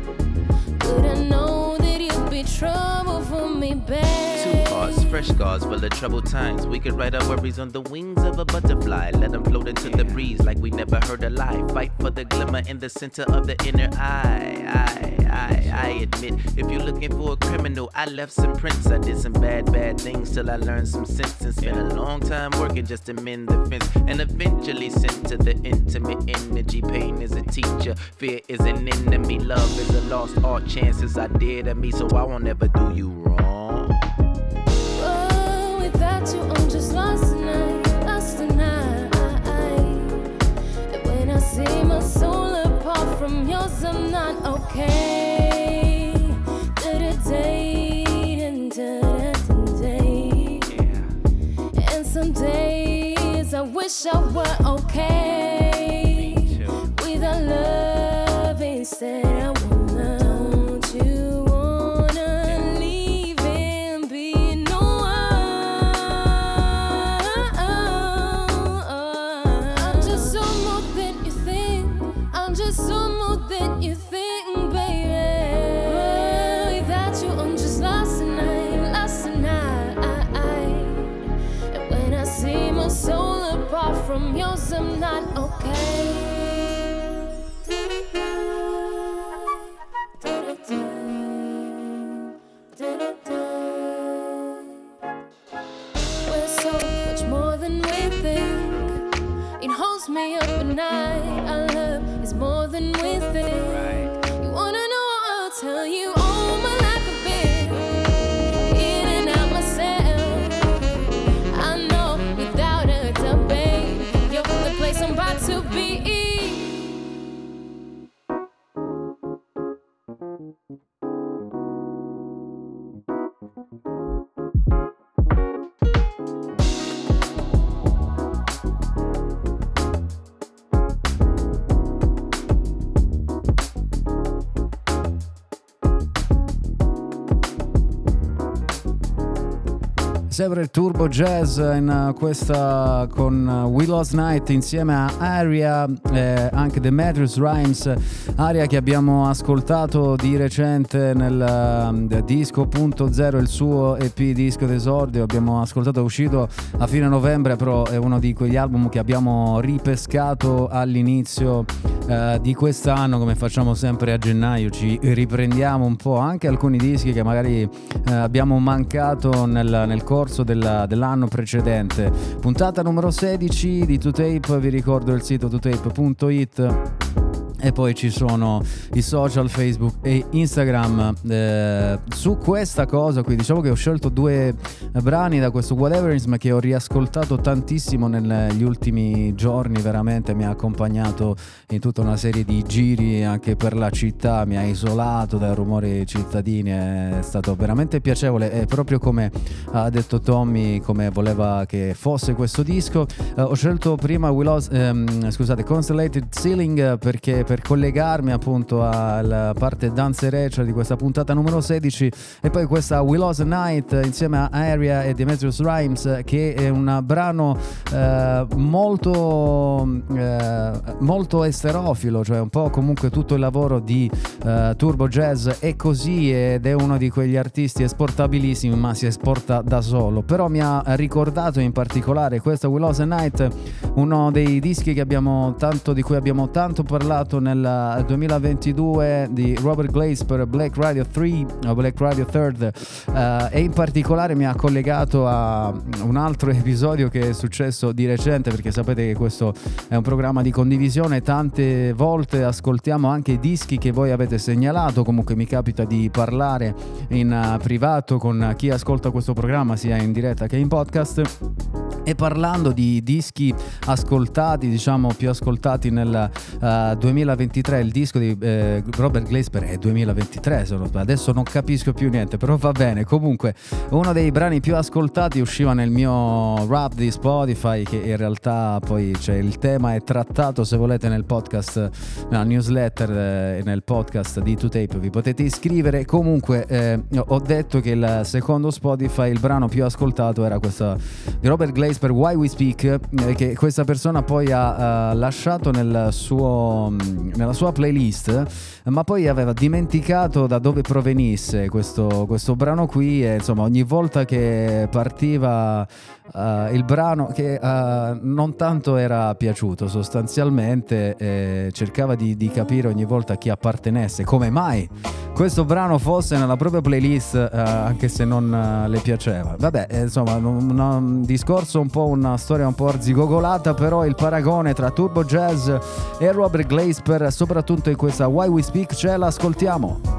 Good, I know that you'd be trouble for me, babe. Two hearts, fresh scars full of troubled times. We could write our worries on the wings of a butterfly. Let them float into the breeze like we never heard a lie. Fight for the glimmer in the center of the inner eye. I, I, I admit, if you're looking for a criminal, I left some prints. I did some bad, bad things till I learned some sense, and spent a long time working just to mend the fence, and eventually sent to the intimate energy. Pain is a teacher, fear is an enemy, love is a lost art. Chances are dear to me, so I won't ever do you wrong. Oh, without you I'm just lost tonight, lost tonight. And when I see my soul apart from yours, I'm not okay. Da-da-day, da-da-day. And some days I wish I were okay without love instead. I wanna, don't you wanna leave and be no one? I'm just so more than you think. I'm just so more than you think, baby. Without you, I'm just lost tonight, lost tonight. And when I see my soul apart from yours, I'm not okay. We're so much more than we think. It holds me up at night. Our love is more than we think. You wanna know? I'll tell you. All my life I've been in and out myself. I know without a doubt, babe, you're the place I'm about to be. Sempre il Turbo Jazz in questa con We Lost Night insieme a Aria, eh, anche Demetrius Rhymes, Aria che abbiamo ascoltato di recente nel uh, disco punto zero, il suo E P disco d'esordio. Abbiamo ascoltato, è uscito a fine novembre, però è uno di quegli album che abbiamo ripescato all'inizio uh, di quest'anno, come facciamo sempre a gennaio, ci riprendiamo un po' anche alcuni dischi che magari uh, abbiamo mancato nel, nel corso Della, dell'anno precedente. Puntata numero sedici di two tape, vi ricordo il sito two tape punto it e poi ci sono i social Facebook e Instagram. Eh, su questa cosa qui diciamo che ho scelto due brani da questo Whateverism che ho riascoltato tantissimo negli ultimi giorni, veramente mi ha accompagnato in tutta una serie di giri anche per la città, mi ha isolato dai rumori cittadini, è stato veramente piacevole, è proprio come ha detto Tommy, come voleva che fosse questo disco. Eh, ho scelto prima We Lost, ehm, scusate, Constellated Ceiling perché per collegarmi appunto alla parte danzereccia di questa puntata numero sedici, e poi questa We Lost Night insieme a Aria e Demetrius Rhymes, che è un brano eh, molto eh, molto esterofilo, cioè un po' comunque tutto il lavoro di eh, Turbo Jazz è così, ed è uno di quegli artisti esportabilissimi, ma si esporta da solo. Però mi ha ricordato in particolare questa We Lost Night uno dei dischi che abbiamo tanto di cui abbiamo tanto parlato nel duemilaventidue di Robert Glaze per Black Radio tre o Black Radio tre, uh, e in particolare mi ha collegato a un altro episodio che è successo di recente, perché sapete che questo è un programma di condivisione, tante volte ascoltiamo anche dischi che voi avete segnalato, comunque mi capita di parlare in uh, privato con chi ascolta questo programma sia in diretta che in podcast, e parlando di dischi ascoltati, diciamo più ascoltati nel uh, duemilaventitré, il disco di eh, Robert Glasper è duemilaventitré, se non sbaglio. Adesso non capisco più niente, però va bene. Comunque uno dei brani più ascoltati usciva nel mio rap di Spotify, che in realtà poi c'è il tema è trattato, se volete, nel podcast, nella newsletter e eh, nel podcast di two tape vi potete iscrivere. Comunque eh, ho detto che il secondo Spotify il brano più ascoltato era questo di Robert Glasper, Why We Speak, eh, che questa persona poi ha uh, lasciato nel suo, nella sua playlist, ma poi aveva dimenticato da dove provenisse questo, questo brano qui, e insomma ogni volta che partiva uh, il brano che uh, non tanto era piaciuto sostanzialmente, eh, cercava di, di capire ogni volta a chi appartenesse, come mai questo brano fosse nella propria playlist, uh, anche se non uh, le piaceva. Vabbè, eh, insomma un, un discorso un po', una storia un po' arzigogolata, però il paragone tra Turbo Jazz e Robert Glasper, soprattutto in questa Why We Speak, ce l'ascoltiamo.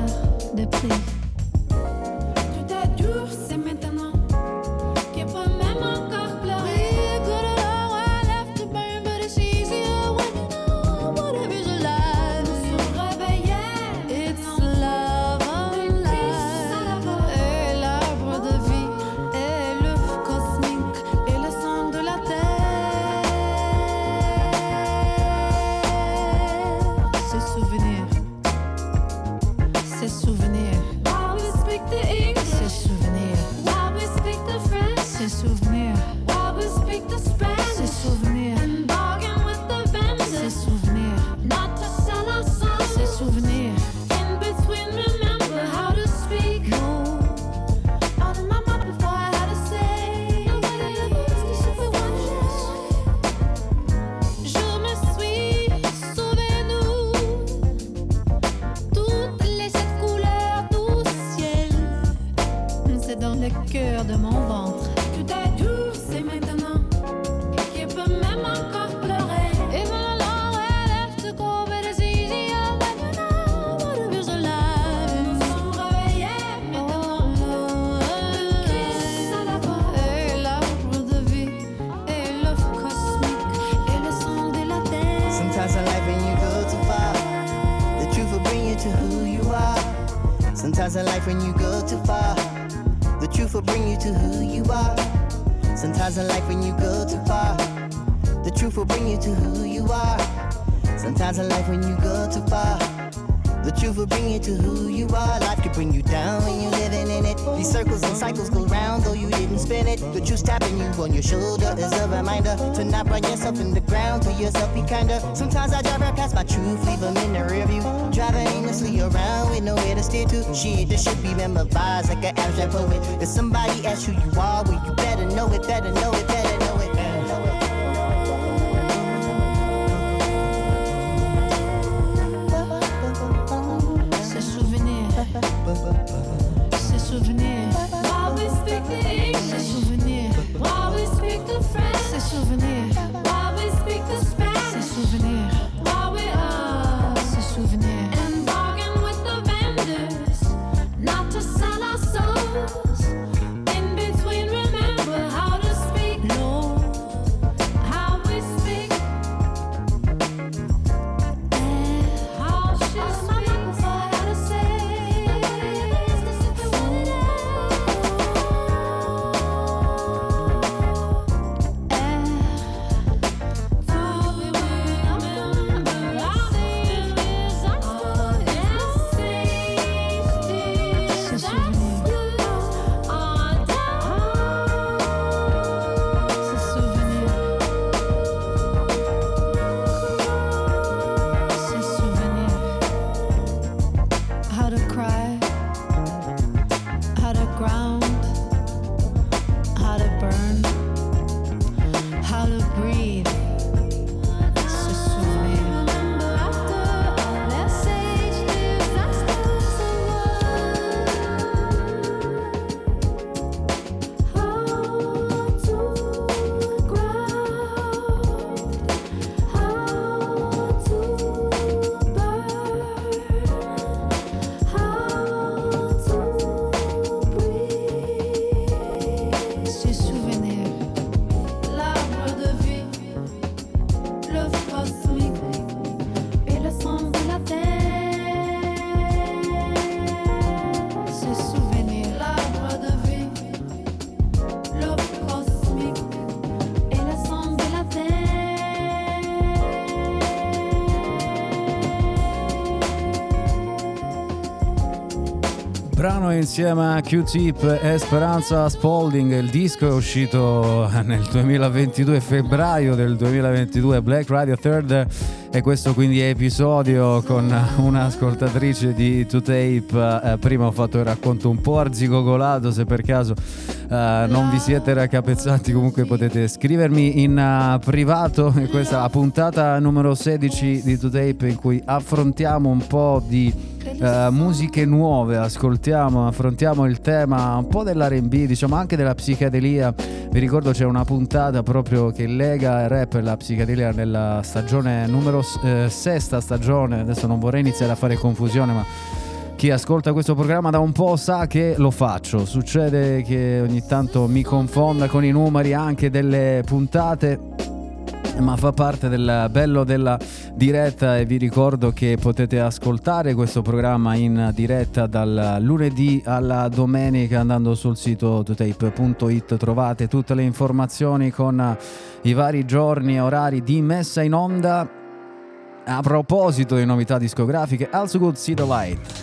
Tout est dur, c'est maintenant. Que promets Sometimes in life when you go too far, the truth will bring you to who you are. Sometimes in life when you go too far, the truth will bring you to who you are. Sometimes in life when you go too far, the truth will bring you to who you are. Sometimes in life when you go too far, the truth will bring you to who you are. Life could bring you down when you're living in it. These circles and cycles go round though you didn't spin it. The truth tapping you on your shoulder is a reminder to not run yourself in the ground, to yourself be kinder. Sometimes I drive right past my truth, leave them in the rear view, driving aimlessly around with nowhere to steer to. Shit, this should be memorized like an abstract poet. If somebody asks who you are, well you better know it, better know it, better know it, better know it. Ces souvenirs, ces souvenirs. While we speak the English, ces souvenirs. While we speak the French, ces souvenirs. While we speak the Spanish, ces souvenirs. While we are, ces souvenirs. And bargain with the vendors, not to sell our souls. In between, remember how to speak. Lord, how we speak. How should we speak? How to say. How to cry, how to ground, how to burn, how to breathe. Se souvenir. Ces souvenirs. L'arbre de vie, l'œuf cosmique et le sang de la terre. Ces souvenirs. L'arbre de vie, l'œuf cosmique et le sang de la Brano insieme a Q-Tip e Speranza Spalding. Il disco è uscito nel duemilaventidue, febbraio del duemilaventidue, Black Radio Third, e questo quindi è episodio con un'ascoltatrice di To Tape. Eh, prima ho fatto il racconto un po' arzigogolato, se per caso eh, non vi siete raccapezzati comunque potete scrivermi in uh, privato. E questa è la puntata numero sedici di To Tape, in cui affrontiamo un po' di Uh, musiche nuove, ascoltiamo, affrontiamo il tema un po' dell'R and B, diciamo anche della psichedelia. Vi ricordo c'è una puntata proprio che lega il rap e la psichedelia nella stagione numero eh, sesta stagione. Adesso non vorrei iniziare a fare confusione, ma chi ascolta questo programma da un po' sa che lo faccio. Succede che ogni tanto mi confonda con i numeri anche delle puntate, ma fa parte del bello della diretta. E vi ricordo che potete ascoltare questo programma in diretta dal lunedì alla domenica andando sul sito to tape punto it. Trovate tutte le informazioni con i vari giorni e orari di messa in onda. A proposito di novità discografiche, Also Good See the Light.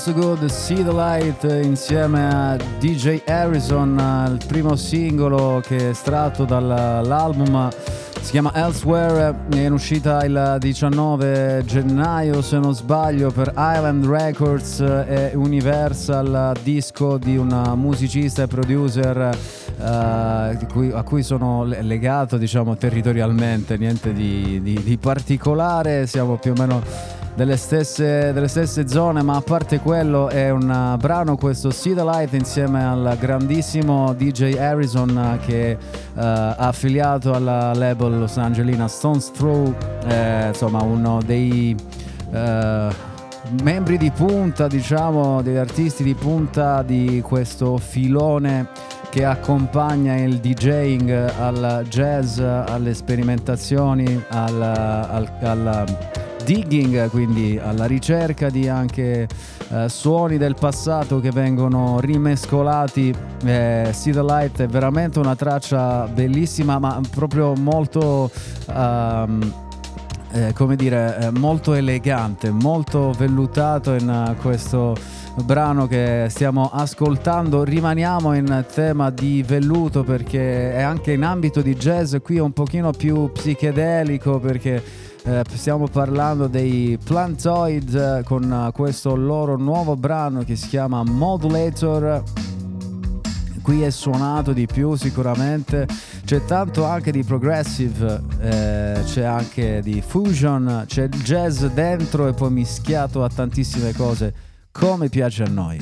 So Good, See the Light insieme a D J Harrison, il primo singolo che è estratto dall'album si chiama Elsewhere, è in uscita il diciannove gennaio se non sbaglio per Island Records e Universal, disco di un musicista e producer uh, di cui, a cui sono legato diciamo territorialmente, niente di, di, di particolare, siamo più o meno delle stesse, delle stesse zone, ma a parte quello è un brano questo See the Light insieme al grandissimo D J Harrison che uh, ha affiliato alla label Los Angelina Stones Throw, eh, insomma uno dei uh, membri di punta, diciamo degli artisti di punta di questo filone che accompagna il DJing al jazz, alle sperimentazioni, al, al, al digging, quindi alla ricerca di anche eh, suoni del passato che vengono rimescolati. eh, See the Light è veramente una traccia bellissima, ma proprio molto um, eh, come dire eh, molto elegante, molto vellutato in uh, questo brano che stiamo ascoltando. Rimaniamo in tema di velluto perché è anche in ambito di jazz, qui è un pochino più psichedelico perché Eh, stiamo parlando dei Plantoid eh, con uh, questo loro nuovo brano che si chiama Modulator. Qui è suonato di più sicuramente, c'è tanto anche di progressive, eh, c'è anche di fusion, c'è il jazz dentro e poi mischiato a tantissime cose come piace a noi.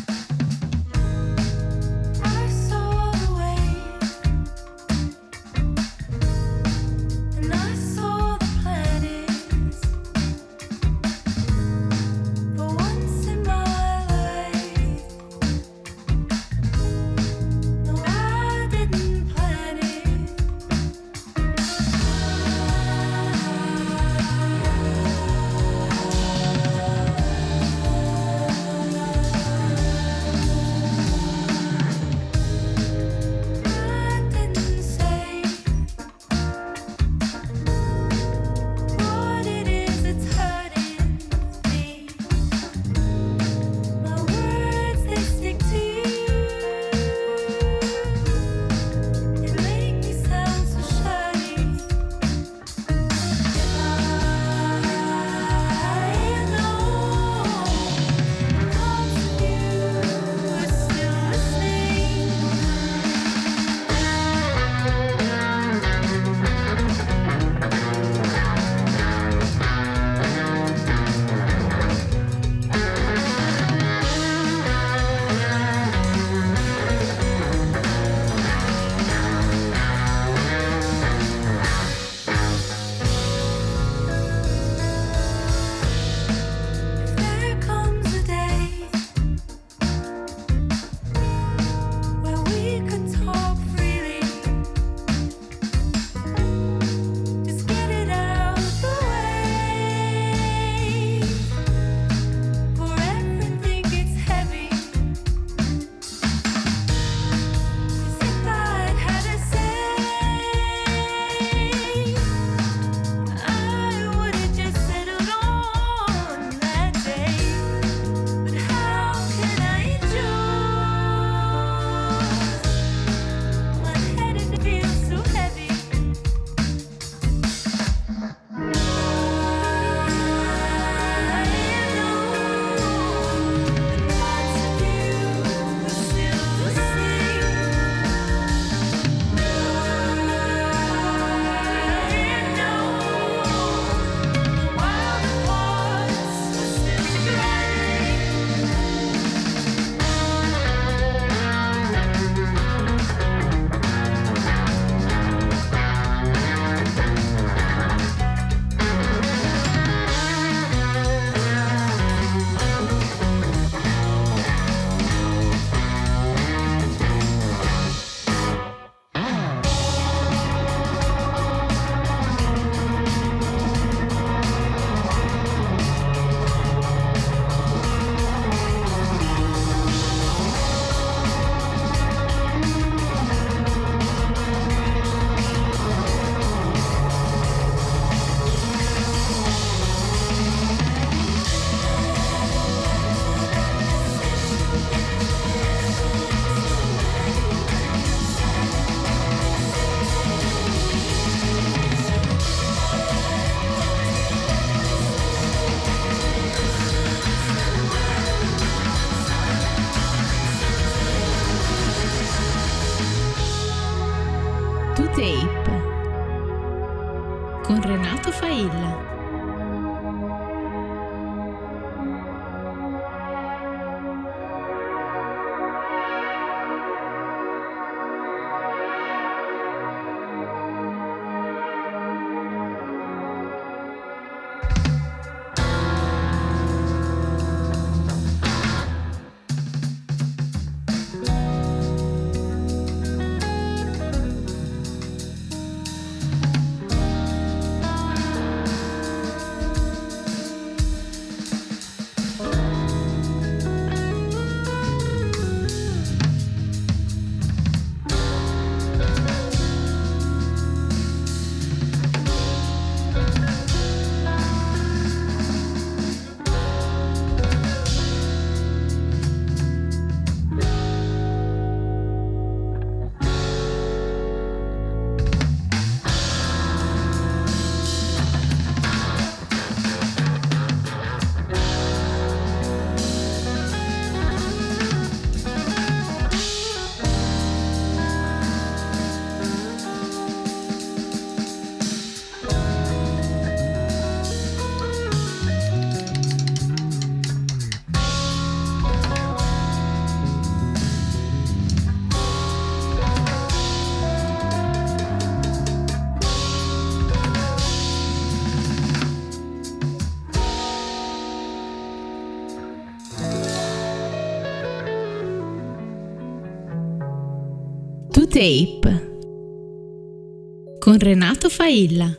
con Renato Failla. Tape con Renato Failla.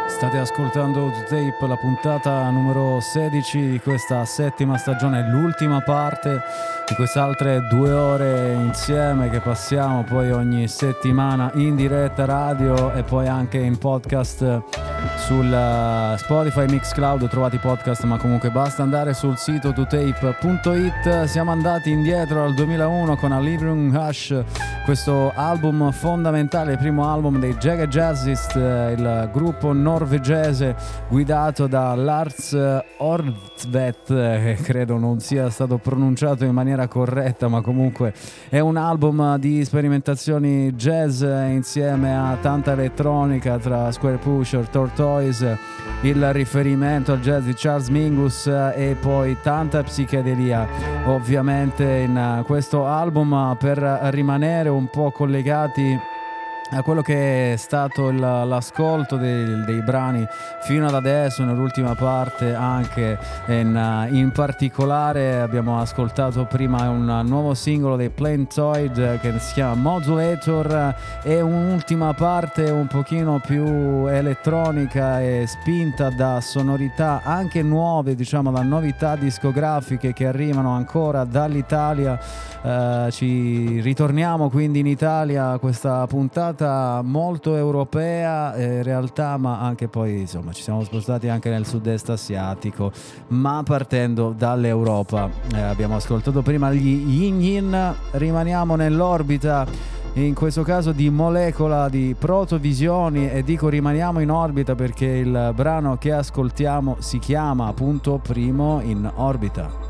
State ascoltando To Tape, la puntata numero sedici di questa settima stagione, l'ultima parte di queste altre due ore insieme che passiamo poi ogni settimana in diretta radio e poi anche in podcast sul Spotify, Mixcloud, trovate i podcast, ma comunque basta andare sul sito to tape punto it. Siamo andati indietro al duemilauno con A Living Hush, questo album fondamentale, il primo album dei Jagged Jazzist, il gruppo norvegese guidato da Lars Ortvedt, che credo non sia stato pronunciato in maniera corretta, ma comunque è un album di sperimentazioni jazz insieme a tanta elettronica tra Square Pusher, Tortoise, il riferimento al jazz di Charles Mingus e poi tanta psichedelia ovviamente in questo album, per rimanere un po' collegati a quello che è stato il, l'ascolto dei, dei brani fino ad adesso. Nell'ultima parte anche in, in particolare abbiamo ascoltato prima un nuovo singolo dei Planetoid che si chiama Modulator e un'ultima parte un pochino più elettronica e spinta da sonorità anche nuove, diciamo da novità discografiche che arrivano ancora dall'Italia. Uh, ci ritorniamo quindi in Italia, questa puntata molto europea in realtà, ma anche poi insomma ci siamo spostati anche nel sud-est asiatico, ma partendo dall'Europa. Eh, abbiamo ascoltato prima gli Yin Yin, rimaniamo nell'orbita in questo caso di Molecola, di Protovisioni, e dico rimaniamo in orbita perché il brano che ascoltiamo si chiama appunto Primo in Orbita.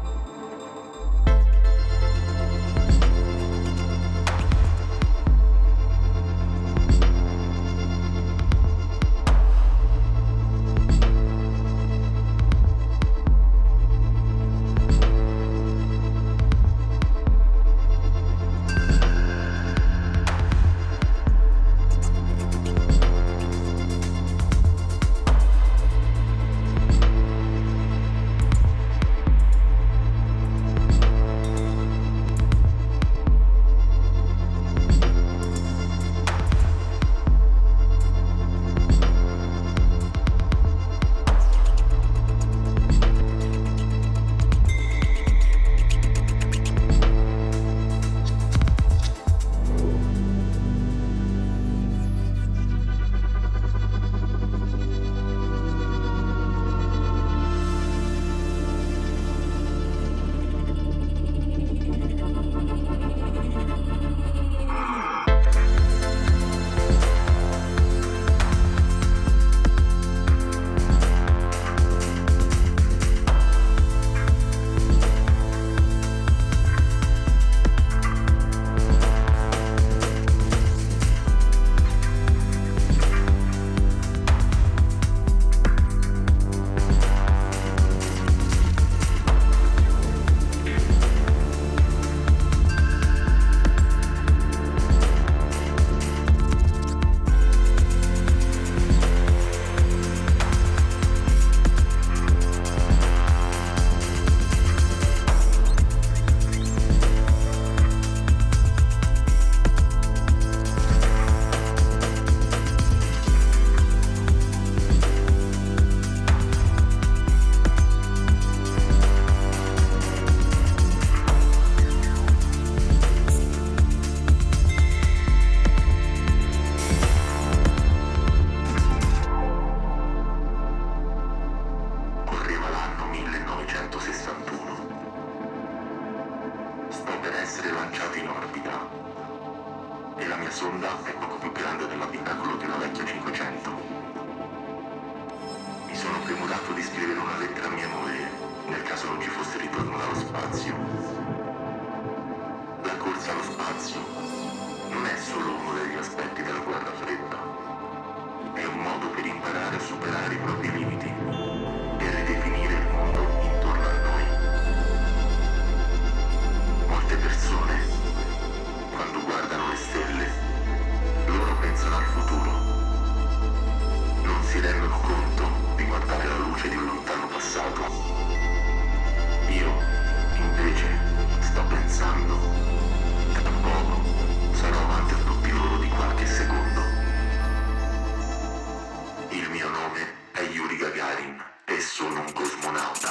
Il mio mio nome è Yuri Gagarin e sono un cosmonauta.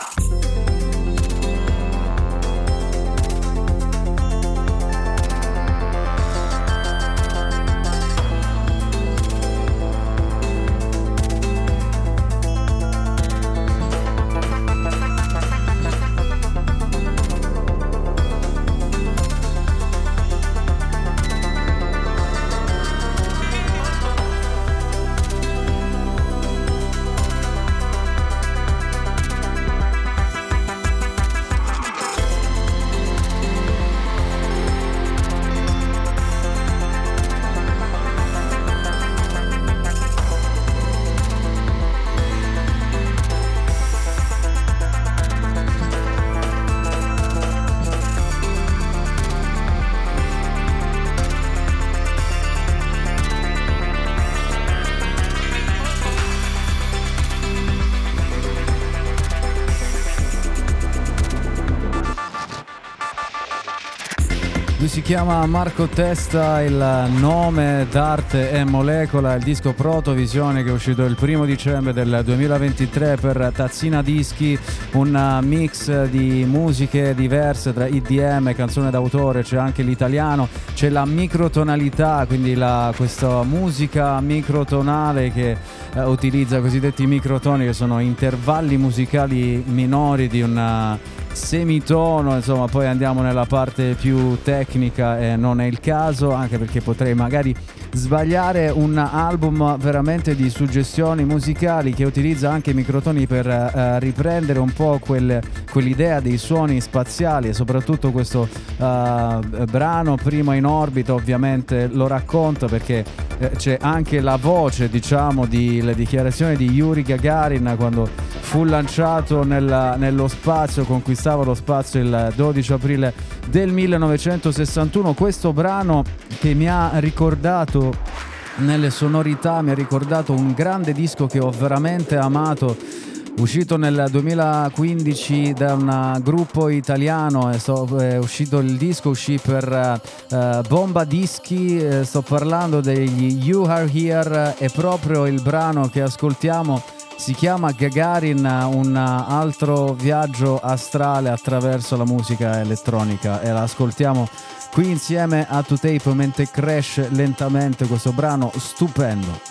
Si chiama Marco Testa, il nome d'arte è Molecola, il disco Protovisione che è uscito il primo dicembre del duemilaventitré per Tazzina Dischi, un mix di musiche diverse tra I D M, canzone d'autore, c'è anche l'italiano, c'è la microtonalità, quindi la, questa musica microtonale che eh, utilizza i cosiddetti microtoni, che sono intervalli musicali minori di una semitono, insomma. Poi andiamo nella parte più tecnica e non è il caso, anche perché potrei magari sbagliare. Un album veramente di suggestioni musicali che utilizza anche i microtoni per uh, riprendere un po' quel, quell'idea dei suoni spaziali, e soprattutto questo uh, brano Prima in orbita ovviamente lo racconta, perché eh, c'è anche la voce, diciamo, di le dichiarazioni di Yuri Gagarin quando fu lanciato nella, nello spazio, conquistava lo spazio il dodici aprile del millenovecentosessantuno. Questo brano che mi ha ricordato nelle sonorità, mi ha ricordato un grande disco che ho veramente amato, uscito nel duemilaquindici da un gruppo italiano. È, so, è uscito il disco, uscì per uh, Bomba Dischi, eh, sto parlando degli You Are Here, e proprio il brano che ascoltiamo si chiama Gagarin, un altro viaggio astrale attraverso la musica elettronica, e la ascoltiamo qui insieme a To Tape mentre cresce lentamente questo brano stupendo.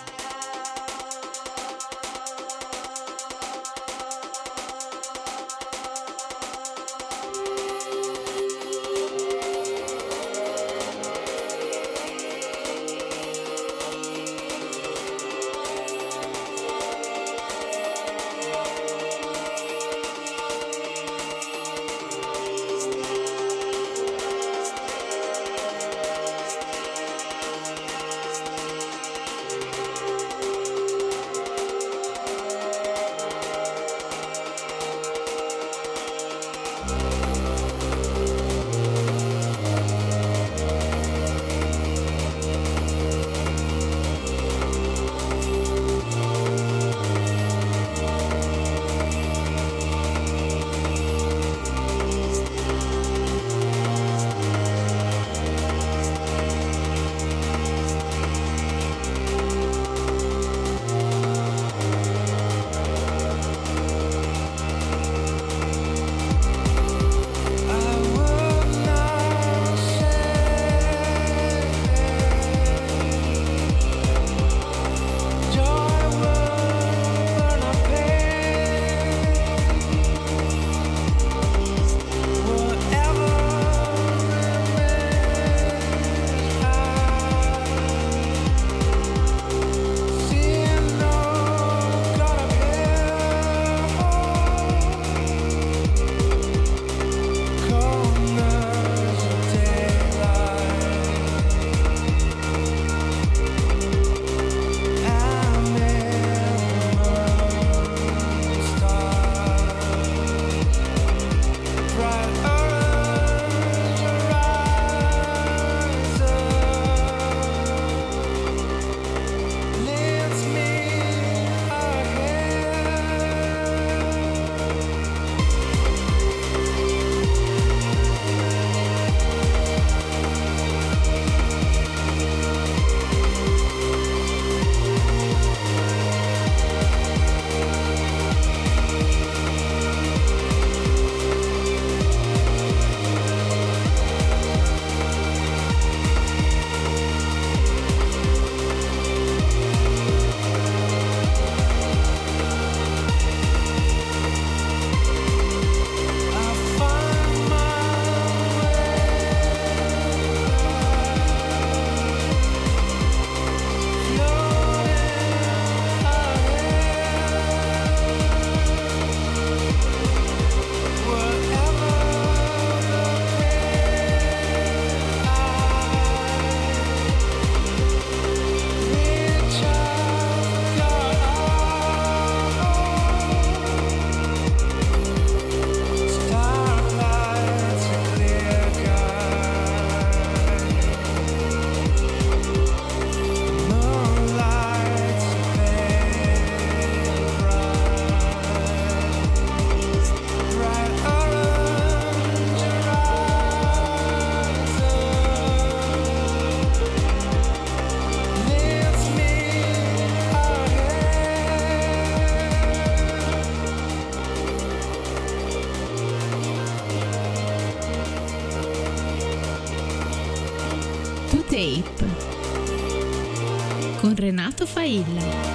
Tape con Renato Failla.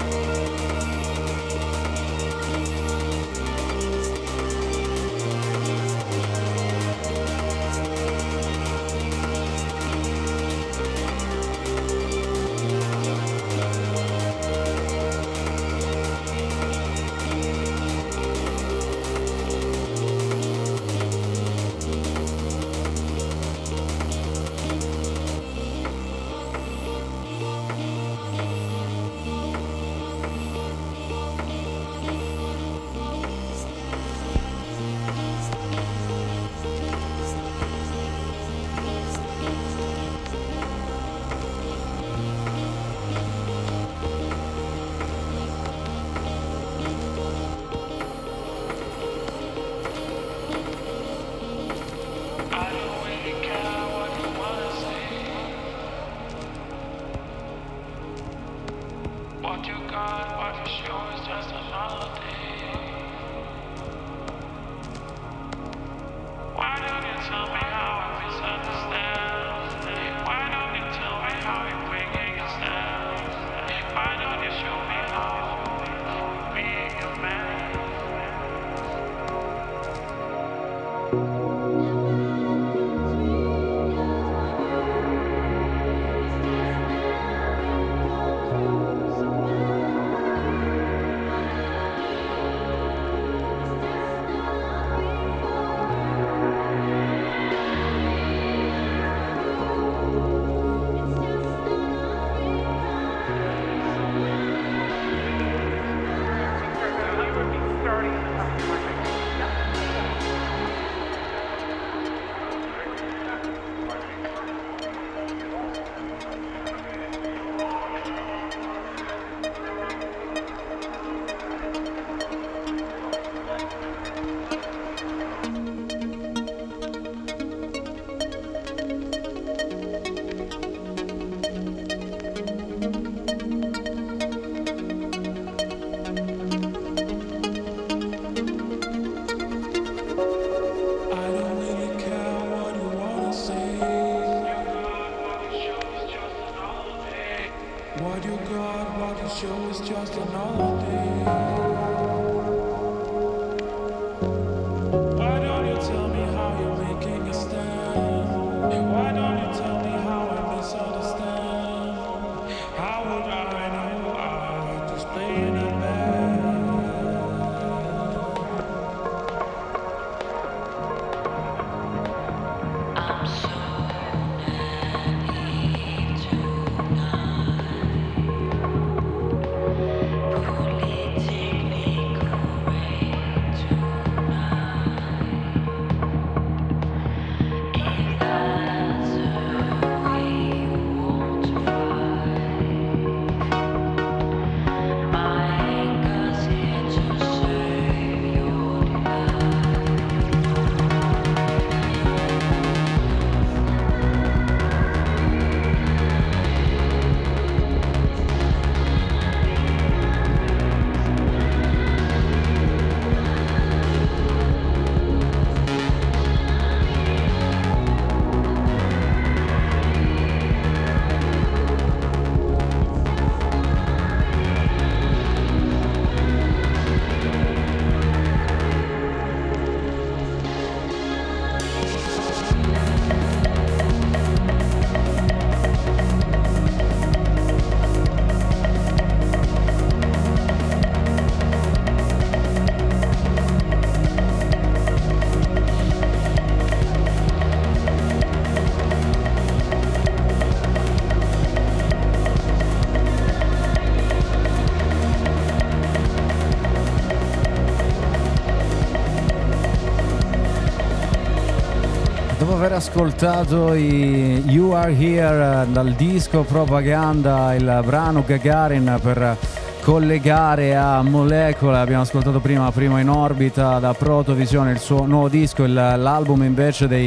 Aver ascoltato i You Are Here dal disco Propaganda, il brano Gagarin per collegare a Molecola. Abbiamo ascoltato prima Primo in Orbita da Protovisione, il suo nuovo disco, il, l'album invece dei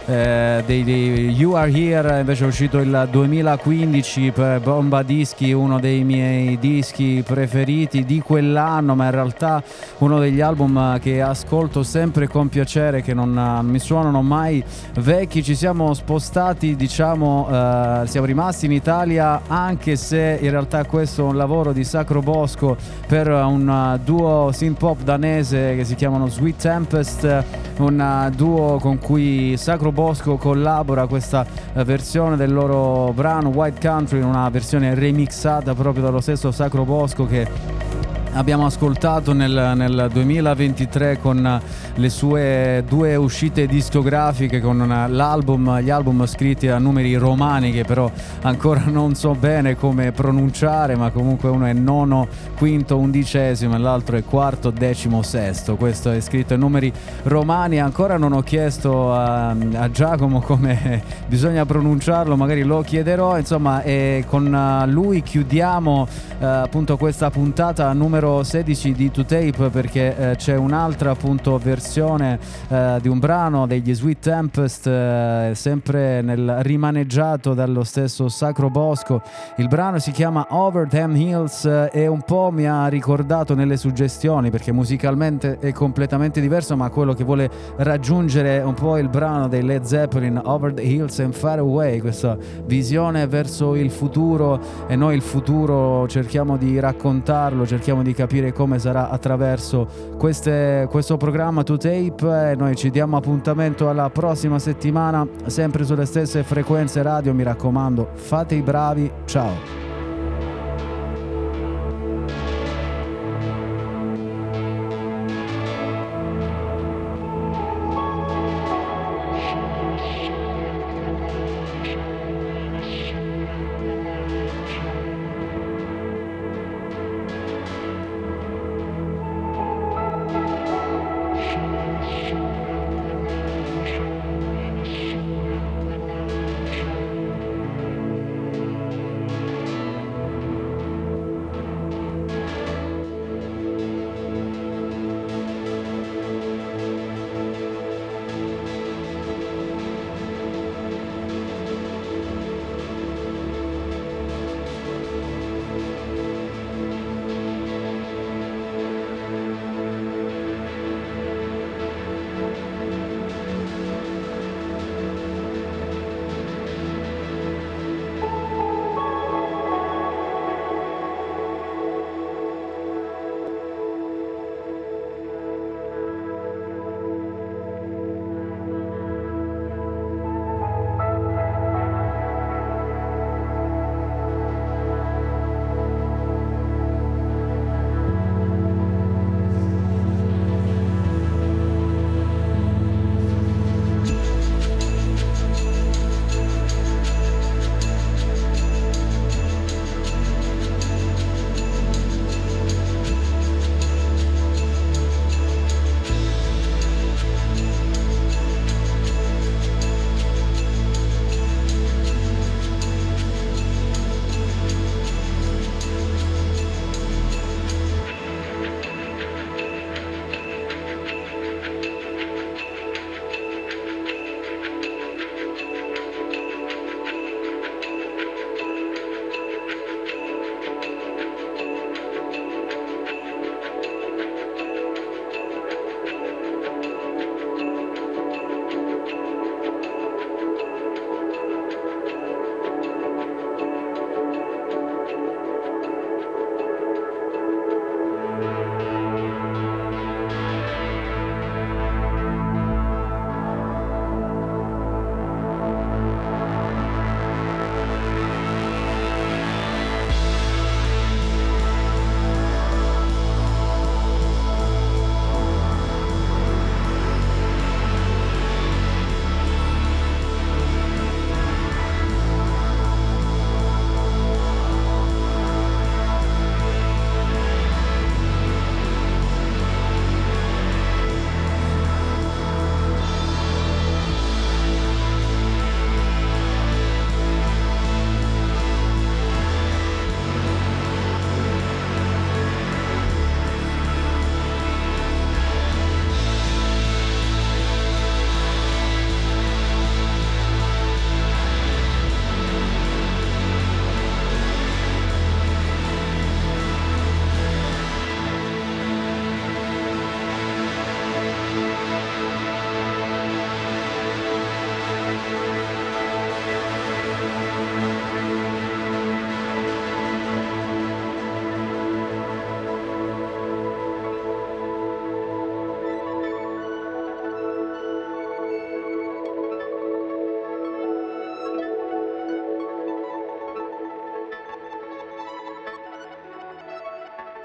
eh, dei, dei You Are Here, invece è uscito il duemilaquindici per Bomba Dischi, uno dei miei dischi preferiti di quell'anno, ma in realtà uno degli album che ascolto sempre con piacere, che non uh, mi suonano mai vecchi. Ci siamo spostati, diciamo, uh, siamo rimasti in Italia, anche se in realtà questo è un lavoro di Sacro Bosco per un uh, duo synth pop danese che si chiamano Sweet Tempest, un uh, duo con cui Sacro Bosco collabora questa uh, versione del loro brano White Country, una versione remixata proprio dallo stesso Sacro Bosco, che abbiamo ascoltato nel, nel duemilaventitré con le sue due uscite discografiche, con una, l'album, gli album scritti a numeri romani che però ancora non so bene come pronunciare, ma comunque uno è nono, quinto, undicesimo e l'altro è quarto, decimo, sesto. Questo è scritto in numeri romani. Ancora non ho chiesto a, a Giacomo come bisogna pronunciarlo, magari lo chiederò. Insomma, e con lui chiudiamo eh, appunto questa puntata numero sedici di To Tape, perché eh, c'è un'altra appunto versione eh, di un brano degli Sweet Tempest, eh, sempre nel rimaneggiato dallo stesso Sacro Bosco. Il brano si chiama Over Them Hills eh, e un po' mi ha ricordato nelle suggestioni, perché musicalmente è completamente diverso, ma quello che vuole raggiungere un po' il brano dei Led Zeppelin, Over the Hills and Far Away, questa visione verso il futuro, e noi il futuro cerchiamo di raccontarlo, cerchiamo di capire come sarà attraverso queste, questo programma To Tape. E noi ci diamo appuntamento alla prossima settimana, sempre sulle stesse frequenze radio. Mi raccomando, fate i bravi, ciao.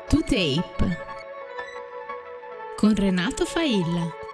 To Tape con Renato Failla.